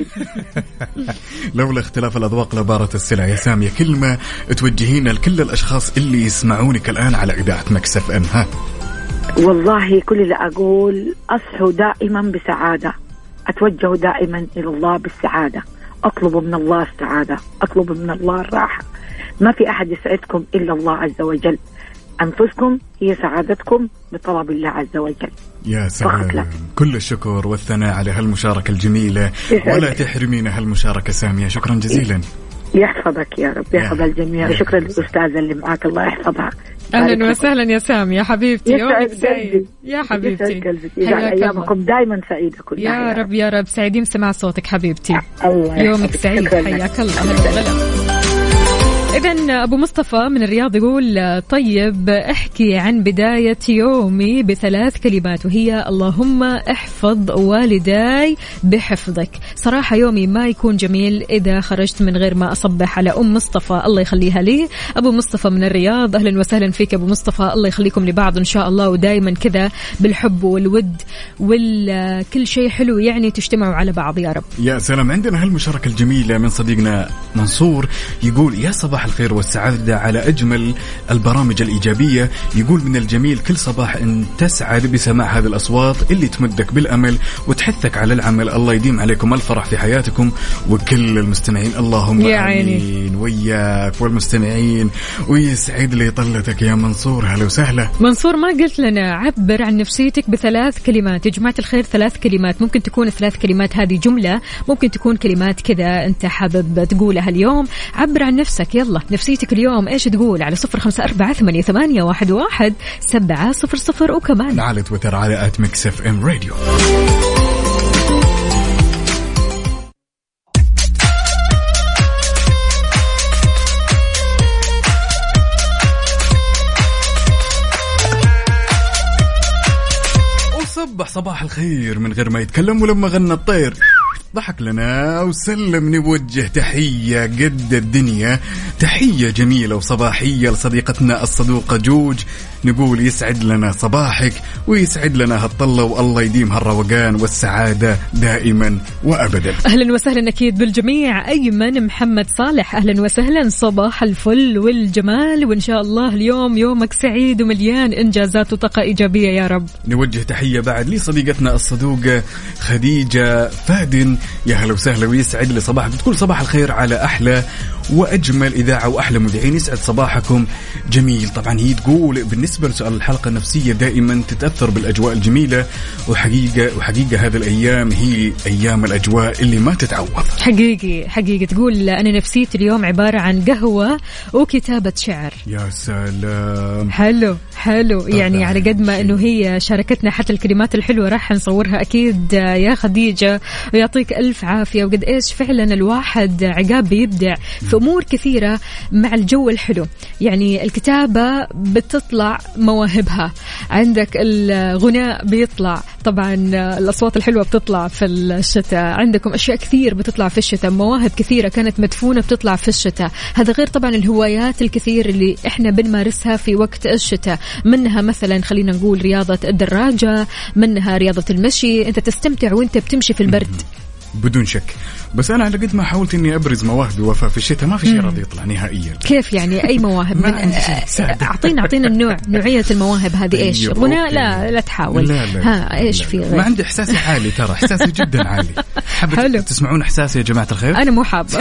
لولا اختلاف الأذواق لبارة السلع. يا سامية كلمة توجهينها لكل الأشخاص اللي يسمعونك الآن على إذاعة مكس اف ام. ها والله كل اللي أقول، أصحوا دائما بسعادة، أتوجه دائما إلى الله بالسعادة، أطلب من الله السعادة، أطلب من الله الراحة. ما في أحد يسعدكم إلا الله عز وجل، أنفسكم هي سعادتكم بطلب الله عز وجل. يا سلام، كل الشكر والثناء على هالمشاركة الجميلة، ولا تحرمينا هالمشاركة سامية. شكرا جزيلا. يحفظك يا رب، يحفظ الجميع. شكرا للأستاذة اللي معاك، الله يحفظها. أهلا وسهلا يا سامية حبيبتي، يومك سعيد يا حبيبتي، أيامكم دائما سعيدة كلها يا رب. يا رب سعيدين سمع صوتك حبيبتي، يومك سعيد، حياك الله. إذن أبو مصطفى من الرياض يقول طيب احكي عن بداية يومي ب3 كلمات، وهي اللهم احفظ والداي بحفظك. صراحة يومي ما يكون جميل إذا خرجت من غير ما أصبح على أم مصطفى، الله يخليها لي. أبو مصطفى من الرياض، أهلا وسهلا فيك أبو مصطفى، الله يخليكم لبعض إن شاء الله، ودائما كذا بالحب والود والكل شيء حلو يعني تجتمعوا على بعض يا رب. يا سلام. عندنا هالمشاركة الجميلة من صديقنا منصور، يقول يا صباح الخير والسعادة على أجمل البرامج الإيجابية. يقول من الجميل كل صباح أن تسعد بسماع هذه الأصوات اللي تمدك بالأمل وتحثك على العمل. الله يديم عليكم الفرح في حياتكم وكل المستمعين، اللهم آمين وياك والمستمعين، ويسعد لي طلتك يا منصور. هلا وسهلا. منصور ما قلت لنا عبر عن نفسيتك ب3 كلمات. يا جماعة الخير 3 كلمات، ممكن تكون 3 كلمات هذه جملة، ممكن تكون كلمات كذا أنت حابب تقولها اليوم. عبر عن نفسك، يلا نفسيتك اليوم ايش تقول على 0548811700 وكمان على تويتر على @mixfmradio. وصبح صباح الخير من غير ما يتكلم، ولما غنى الطير ضحك لنا وسلم. نوجه تحية قد الدنيا، تحية جميلة وصباحية لصديقتنا الصدوقة جوج، نقول يسعد لنا صباحك ويسعد لنا هالطلة، والله يديم هالروقان والسعادة دائما وأبدا. أهلا وسهلا أكيد بالجميع. أيمن محمد صالح أهلا وسهلا، صباح الفل والجمال، وإن شاء الله اليوم يومك سعيد ومليان إنجازات وطاقة إيجابية يا رب. نوجه تحية بعد لصديقتنا الصدوقة خديجة فادن، يا هلا وسهلا ويسعد لي صباحك. تقول صباح الخير على أحلى وأجمل إذاعة وأحلى مذيعين، يسعد صباحكم جميل. طبعا هي تقول بالنسبة لسؤال الحلقة النفسية دائما تتأثر بالأجواء الجميلة، وحقيقة هذه الأيام هي أيام الأجواء اللي ما تتعوض. حقيقي تقول أنا نفسيتي اليوم عبارة عن قهوة وكتابة شعر. يا سلام، حلو يعني على قد ما إنه هي شاركتنا حتى الكلمات الحلوة راح نصورها أكيد يا خديجة، ويعطيك ألف عافية. وقد إيش فعلا الواحد عقاب بيبدع في أمور كثيرة مع الجو الحلو، يعني الكتابة بتطلع مواهبها، عندك الغناء بيطلع، طبعا الأصوات الحلوة بتطلع في الشتاء، عندكم أشياء كثير بتطلع في الشتاء، مواهب كثيرة كانت مدفونة بتطلع في الشتاء. هذا غير طبعا الهوايات الكثير اللي إحنا بنمارسها في وقت الشتاء، منها مثلا خلينا نقول رياضة الدراجة، منها رياضة المشي. أنت تستمتع وأنت بتمشي في البرد بدون شك. بس أنا على قد ما حاولت إني أبرز مواهبي وفاء في الشتاء ما في شيء راضي يطلع نهائيا. كيف يعني؟ أي مواهب؟ أعطينا نوعية المواهب هذه إيش؟ غناء؟ لا تحاول. لا. ها إيش في غير؟ ما عندي إحساسي عالي، ترى إحساسي جدا عالي. حابة تسمعون إحساسي يا جماعة الخير؟ أنا مو حابة.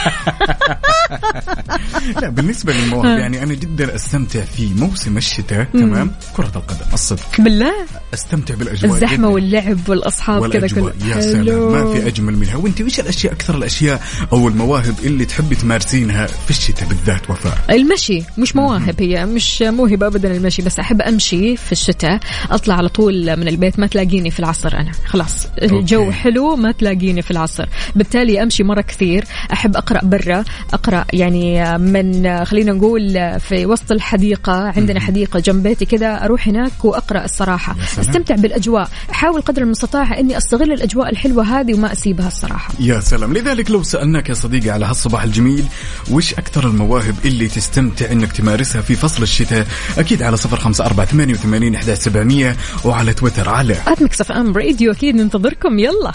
لا بالنسبة للمواهب يعني أنا جدا أستمتع في موسم الشتاء. تمام. كرة القدم الصدق بالله أستمتع بالأجواء، الزحمة جداً. واللعب والأصحاب كذا كله. يا سلام ما في أجمل منها. وأنت وش الأشياء أكثر الأشياء أو المواهب اللي تحبي تمارسينها في الشتاء بالذات وفاء؟ المشي مش مواهب، هي مش موهبة أبدا المشي، بس أحب أمشي في الشتاء، أطلع على طول من البيت، ما تلاقيني في العصر. أنا خلاص الجو حلو ما تلاقيني في العصر، بالتالي أمشي مرة كثير. أحب أقرأ برا، أقرأ يعني من خلينا نقول في وسط الحديقة، عندنا حديقة جنب بيتي كذا، أروح هناك وأقرأ الصراحة. أستمتع بالأجواء، أحاول قدر المستطاع أني أستغل الأجواء الحلوة هذه وما أسيبها الصراحة. يا سلام. لذلك لو سألناك يا صديقي على هالصباح الجميل وش أكثر المواهب اللي تستمتع أنك تمارسها في فصل الشتاء، أكيد على 0548811700 وعلى تويتر على @mixfm راديو. أكيد ننتظركم. يلا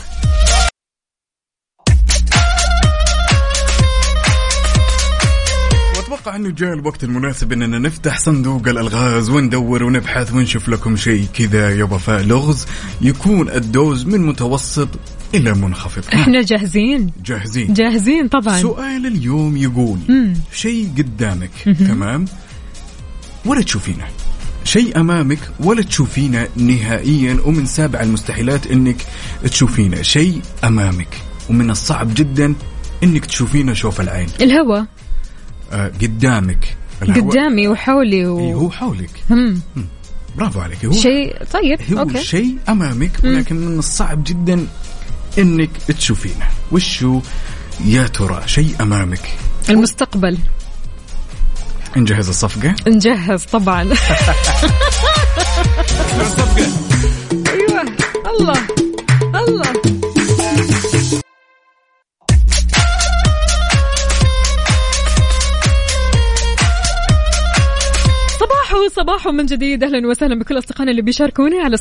أتوقع أنه جاء الوقت المناسب أننا نفتح صندوق الألغاز وندور ونبحث ونشوف لكم شيء كذا يا وفاء، لغز يكون الدوز من متوسط إلى منخفض. إحنا جاهزين طبعا. سؤال اليوم يقول شيء قدامك تمام ولا تشوفينه، شيء أمامك ولا تشوفينه نهائيا، ومن سابع المستحيلات أنك تشوفينه. شيء أمامك ومن الصعب جدا أنك تشوفينه شوف العين. الهواء قدامك، قدامي وحولي هو حولك. برافو عليك. هو شيء طيب هو أوكي. شيء أمامك ولكن من الصعب جدا إنك تشوفينه. وشو يا ترى شيء أمامك؟ المستقبل. نجهز الصفقة؟ نجهز طبعا. الصفقة. أيوة الله. صباح من جديد. أهلا وسهلا بكل أصدقائنا اللي بيشاركوني على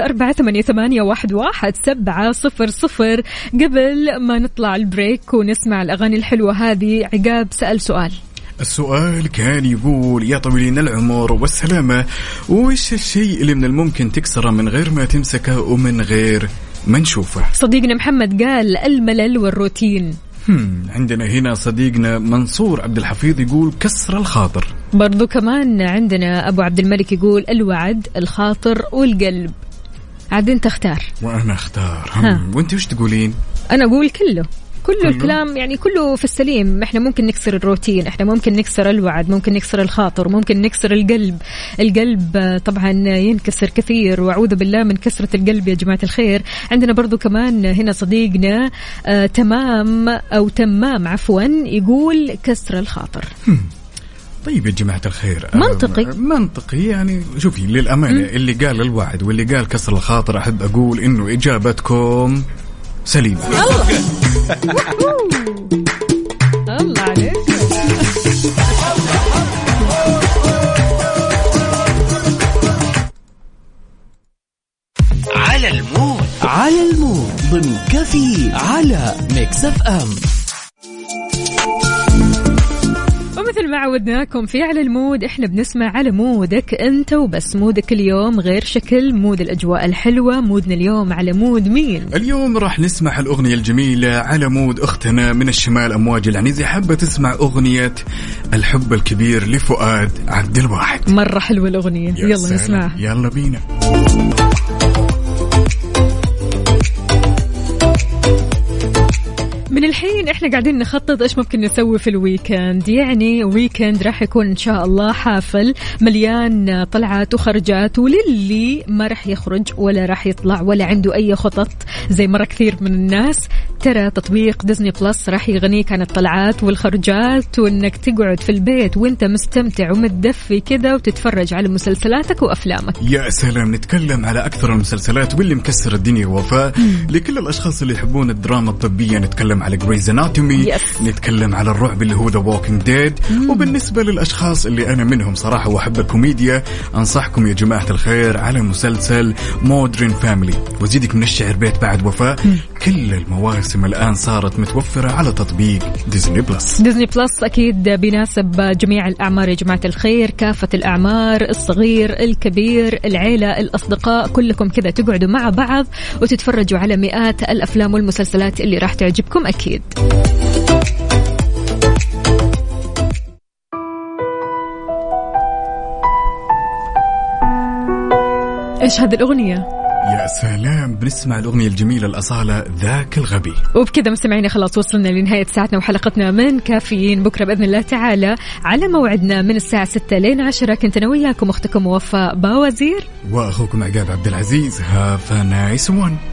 0548811700. قبل ما نطلع البريك ونسمع الأغاني الحلوة هذه، عقاب سأل سؤال. السؤال كان يقول يا طويلين العمر والسلامة، وش الشيء اللي من الممكن تكسره من غير ما تمسكه ومن غير ما نشوفه؟ صديقنا محمد قال الملل والروتين. عندنا هنا صديقنا منصور عبد الحفيظ يقول كسر الخاطر. برضو كمان عندنا أبو عبد الملك يقول الوعد، الخاطر والقلب. عادين تختار. وأنا أختار. وأنت وش تقولين؟ أنا أقول كله الكلام يعني كله في السليم. احنا ممكن نكسر الروتين، احنا ممكن نكسر الوعد، ممكن نكسر الخاطر، ممكن نكسر القلب طبعا ينكسر كثير، وأعوذ بالله من كسرة القلب يا جماعة الخير. عندنا برضو كمان هنا صديقنا تمام عفوا يقول كسر الخاطر. طيب يا جماعة الخير، منطقي يعني. شوفي للأمانة اللي قال الوعد واللي قال كسر الخاطر أحب أقول إنه إجابتكم سليمة. الله عليك. على المود ضمن كافيين على ميكس اف ام. ومثل ما عودناكم في على المود، احنا بنسمع على مودك انت وبس. مودك اليوم غير شكل، مود الاجواء الحلوة. مودنا اليوم على مود مين؟ اليوم راح نسمع الأغنية الجميلة على مود أختنا من الشمال أمواج العنيزة. حابة تسمع أغنية الحب الكبير لفؤاد عبد الواحد. مرة حلوة الأغنية، يلا نسمعها. يلا بينا. من الحين احنا قاعدين نخطط ايش ممكن نسوي في الويكند. يعني ويكند راح يكون ان شاء الله حافل مليان طلعات وخرجات، وللي ما راح يخرج ولا راح يطلع ولا عنده اي خطط زي مرة كثير من الناس، ترى تطبيق ديزني بلس راح يغنيك عن الطلعات والخرجات وإنك تقعد في البيت وإنت مستمتع ومتدفي كذا وتتفرج على مسلسلاتك وأفلامك. يا سلام، نتكلم على أكثر المسلسلات واللي مكسر الدنيا وفاء. لكل الأشخاص اللي يحبون الدراما الطبية نتكلم على Grey's Anatomy، نتكلم على الرعب اللي هو The Walking Dead. وبالنسبة للأشخاص اللي أنا منهم صراحة وأحب الكوميديا، أنصحكم يا جماعة الخير على مسلسل Modern Family. وزيدك من الشعر بيت بعد وفاء، كل المواسم الآن صارت متوفرة على تطبيق ديزني بلس. ديزني بلس أكيد بيناسب جميع الأعمار يا جماعة الخير، كافة الأعمار، الصغير الكبير، العيلة الأصدقاء، كلكم كذا تقعدوا مع بعض وتتفرجوا على مئات الأفلام والمسلسلات اللي راح تعجبكم أكيد. إيش هذه الأغنية؟ يا سلام، بنسمع الأغنية الجميلة الأصالة ذاك الغبي. وبكذا مستمعينا خلاص وصلنا لنهاية ساعتنا وحلقتنا من كافيين. بكرة بإذن الله تعالى على موعدنا من الساعة 6 لين 10. كنت أنا وياكم أختكم وفاء باوزير وأخوكم عقاب عبد العزيز. Have a nice one.